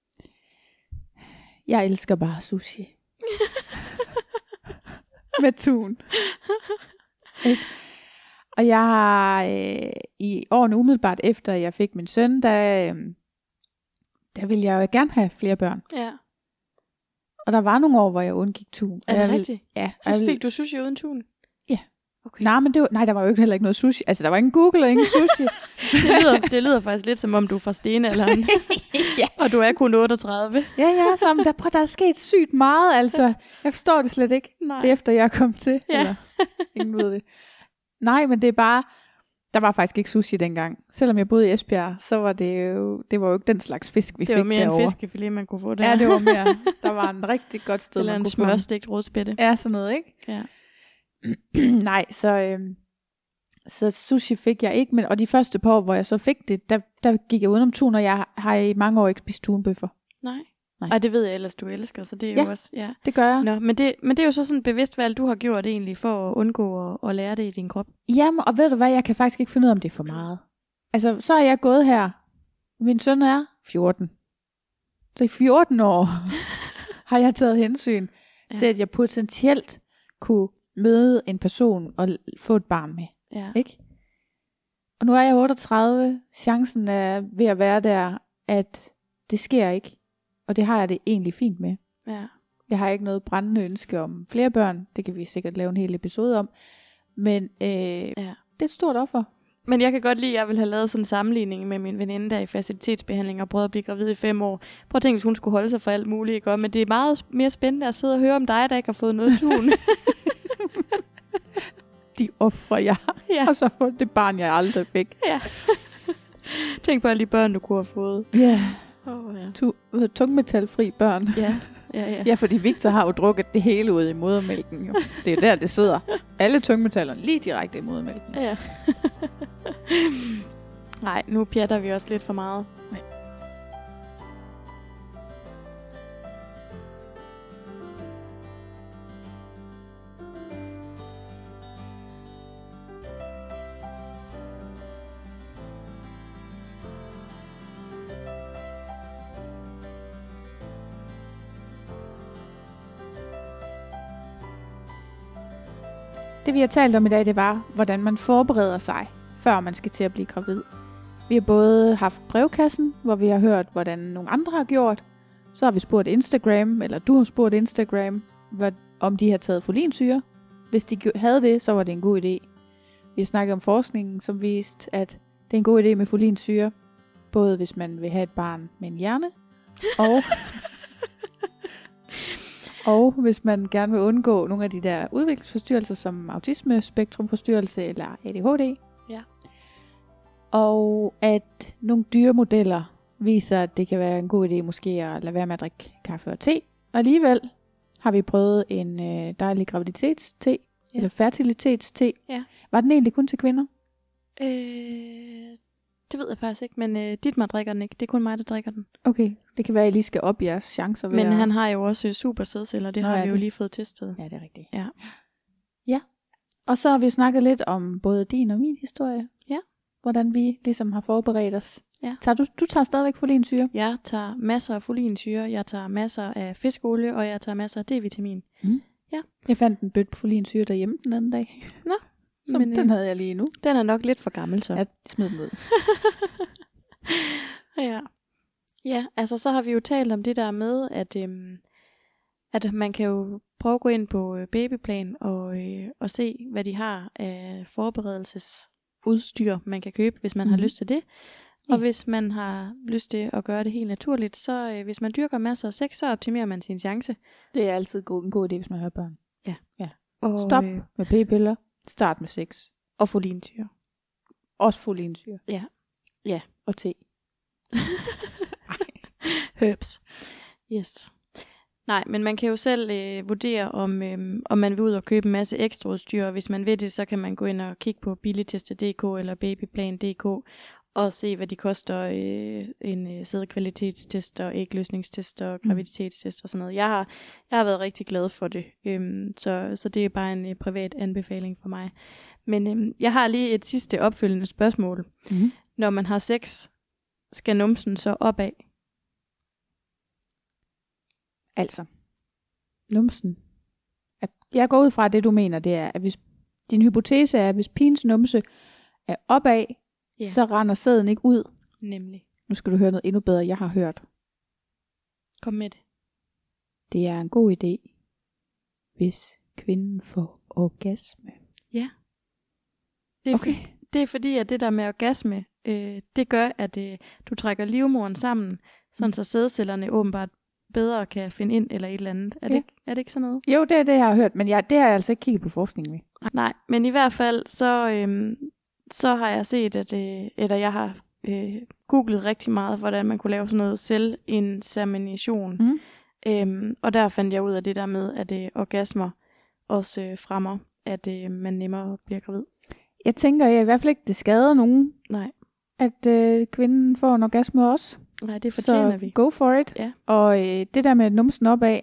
jeg elsker bare sushi. Med tun. Og jeg har i årene umiddelbart efter jeg fik min søn, der ville jeg jo gerne have flere børn. Ja. Og der var nogle år, hvor jeg undgik tun. Er det rigtigt? Ja. Så fik du sushi uden tun? Ja. Okay. Nej, der var jo heller ikke noget sushi. Altså, der var ingen Google og ingen sushi. det lyder faktisk lidt som om du er fra stenalderen. Ja. Og du er kun 38. Ja, der er sket sygt meget, altså. Jeg forstår det slet ikke, efter jeg kom til. Ja. Eller, ingen ved det. Nej, men det er bare, der var faktisk ikke sushi dengang. Selvom jeg boede i Esbjerg, så var det var jo ikke den slags fisk, vi fik derovre. Det var mere en fiskefilet, man kunne få der. Ja, det var mere. Der var en rigtig godt sted, eller man kunne få. Eller en smørstegt rødspætte. Ja, sådan noget, ikke? Ja. Nej, så sushi fik jeg ikke, men og de første par år, hvor jeg så fik det, der gik jeg udenom tun, og jeg har i mange år ikke spist tunbøffer. Nej. Og det ved jeg ellers, du elsker, så det er jo også, ja, det gør jeg. Nå, men det er jo så sådan et bevidst valg, du har gjort egentlig, for at undgå at lære det i din krop. Jamen, og ved du hvad, jeg kan faktisk ikke finde ud af, om det er for meget. Altså, så er jeg gået her, min søn er 14. Så i 14 år har jeg taget hensyn til, at jeg potentielt kunne møde en person og få et barn med. Ja. Ikke? Og nu er jeg 38. Chancen er ved at være der, at det sker ikke. Og det har jeg det egentlig fint med. Ja. Jeg har ikke noget brændende ønske om flere børn. Det kan vi sikkert lave en hel episode om. Men det er et stort offer. Men jeg kan godt lide, at jeg vil have lavet sådan en sammenligning med min veninde, der i facilitetsbehandling og prøvet at blive gravid i 5 år. Prøv at tænke, hvis hun skulle holde sig for alt muligt. Ikke? Men det er meget mere spændende at sidde og høre om dig, der ikke har fået noget tun. De ofre jeg og så for det barn, jeg aldrig fik. Ja. Tænk på alle de børn, du kunne have fået. Ja. Ja. Tungmetalfri børn. Ja. Ja, fordi Victor har jo drukket det hele ud i modermælken. Jo. Det er der, det sidder. Alle tungmetallerne lige direkte i modermælken. Ja. Nej, nu pjatter vi også lidt for meget. Det vi har talt om i dag, det var, hvordan man forbereder sig, før man skal til at blive gravid. Vi har både haft brevkassen, hvor vi har hørt, hvordan nogle andre har gjort. Så har vi spurgt Instagram, eller du har spurgt Instagram, om de har taget folinsyre. Hvis de havde det, så var det en god idé. Vi har snakket om forskningen, som viste, at det er en god idé med folinsyre. Både hvis man vil have et barn med en hjerne, og hvis man gerne vil undgå nogle af de der udviklingsforstyrrelser, som autisme-spektrumforstyrrelse eller ADHD. Ja. Og at nogle dyremodeller viser, at det kan være en god idé måske at lade være med at drikke kaffe og te. Og alligevel har vi prøvet en dejlig graviditetste, eller fertilitetste. Ja. Var den egentlig kun til kvinder? Det ved jeg faktisk ikke, men Dietmar drikker den ikke. Det er kun mig, der drikker den. Okay, det kan være, at I lige skal op jeres chancer ved Men han har jo også super sædceller, det har vi jo lige fået testet. Ja, det er rigtigt. Ja. Og så har vi snakket lidt om både din og min historie. Ja. Hvordan vi ligesom har forberedt os. Ja. Du tager stadigvæk folinsyre? Jeg tager masser af folinsyre, jeg tager masser af fiskolie, og jeg tager masser af D-vitamin. Mm. Ja. Jeg fandt en bøtte folinsyre derhjemme den anden dag. Nå. Men den havde jeg lige nu. Den er nok lidt for gammel, så. Jeg smed den ud. Ja, altså så har vi jo talt om det der med, at man kan jo prøve at gå ind på Babyplan og se, hvad de har af forberedelsesudstyr, man kan købe, hvis man har lyst til det. Og hvis man har lyst til at gøre det helt naturligt, så hvis man dyrker masser af sex, så optimerer man sin chance. Det er altid en god idé, hvis man har børn. Ja. Og, stop med p-piller. Start med sex. Og folinsyre. Også folinsyre. Ja. Og te. Herbs. Yes. Nej, men man kan jo selv vurdere, om man vil ud og købe en masse ekstra udstyr. Hvis man vil det, så kan man gå ind og kigge på billigteste.dk eller babyplan.dk og se, hvad de koster, en sædkvalitetstest og ægløsningstest og graviditetstest og sådan noget. Jeg har været rigtig glad for det, så det er bare en privat anbefaling for mig. Men jeg har lige et sidste opfølgende spørgsmål. Mm-hmm. Når man har sex, skal numsen så opad? Altså, numsen. Jeg går ud fra, at det du mener, det er, at hvis din hypotese er, at hvis pigens numse er opad, så render sæden ikke ud. Nemlig. Nu skal du høre noget endnu bedre, jeg har hørt. Kom med det. Det er en god idé, hvis kvinden får orgasme. Ja. Det er fordi, at det der med orgasme, det gør, at du trækker livmoderen sammen, sådan så sædcellerne åbenbart bedre kan finde ind eller et eller andet. Er det ikke sådan noget? Jo, det er det, jeg har hørt, men det har jeg altså ikke kigget på forskningen med. Nej, men i hvert fald, så har jeg set, eller jeg har googlet rigtig meget, hvordan man kunne lave sådan noget selvinsemination. Og der fandt jeg ud af det der med, at orgasmer også fremmer, at man nemmere bliver gravid. Jeg tænker i hvert fald ikke, det skader nogen. Nej. At kvinden får en orgasme også. Nej, det fortjener vi. Så go for it. Ja. Og det der med numsen opad.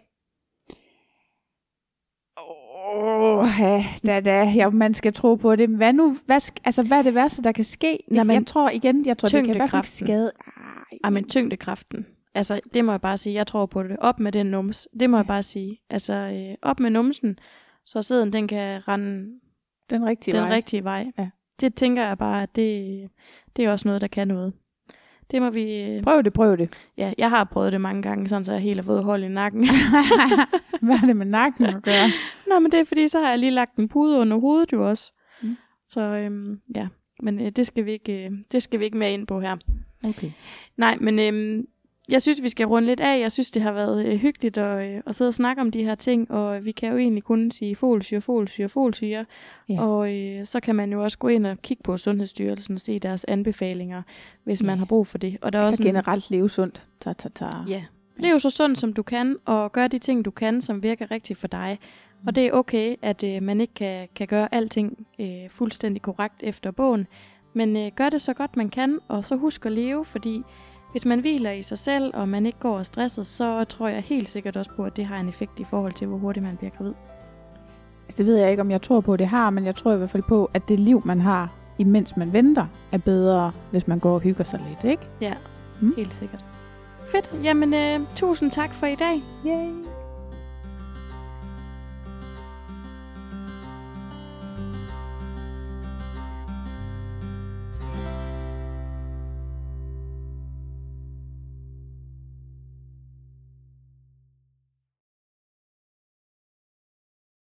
Man skal tro på det. Hvad er det værste, der kan ske? Jeg tror det kan i hvert fald skade. Men tyngdekraften. Altså, det må jeg bare sige. Jeg tror på det. Op med den nums. Det må jeg bare sige. Altså, op med numsen. så sæden den kan rende den rigtige vej. Ja. Det tænker jeg bare, at det er også noget, der kan noget. Det må vi... Prøv det. Ja, jeg har prøvet det mange gange, sådan så jeg helt har fået hold i nakken. Hvad er det med nakken at gøre? Nå, men det er fordi, så har jeg lige lagt en pude under hovedet jo også. Så ja, men det skal vi ikke mere ind på her. Okay. Nej, men jeg synes, vi skal runde lidt af. Jeg synes, det har været hyggeligt at sidde og snakke om de her ting, og vi kan jo egentlig kun sige folsyre. Ja. Og så kan man jo også gå ind og kigge på Sundhedsstyrelsen og se deres anbefalinger, hvis man har brug for det. Og der er så også generelt leve sundt. Ja, lev så sundt, som du kan, og gør de ting, du kan, som virker rigtigt for dig. Og det er okay, at man ikke kan gøre alting fuldstændig korrekt efter bogen, men gør det så godt man kan, og så husk at leve, fordi hvis man hviler i sig selv, og man ikke går og stresset, så tror jeg helt sikkert også på, at det har en effekt i forhold til, hvor hurtigt man bliver gravid. Det ved jeg ikke, om jeg tror på, at det har, men jeg tror i hvert fald på, at det liv, man har, imens man venter, er bedre, hvis man går og hygger sig lidt, ikke? Ja, helt sikkert. Fedt. Jamen, tusind tak for i dag. Yay.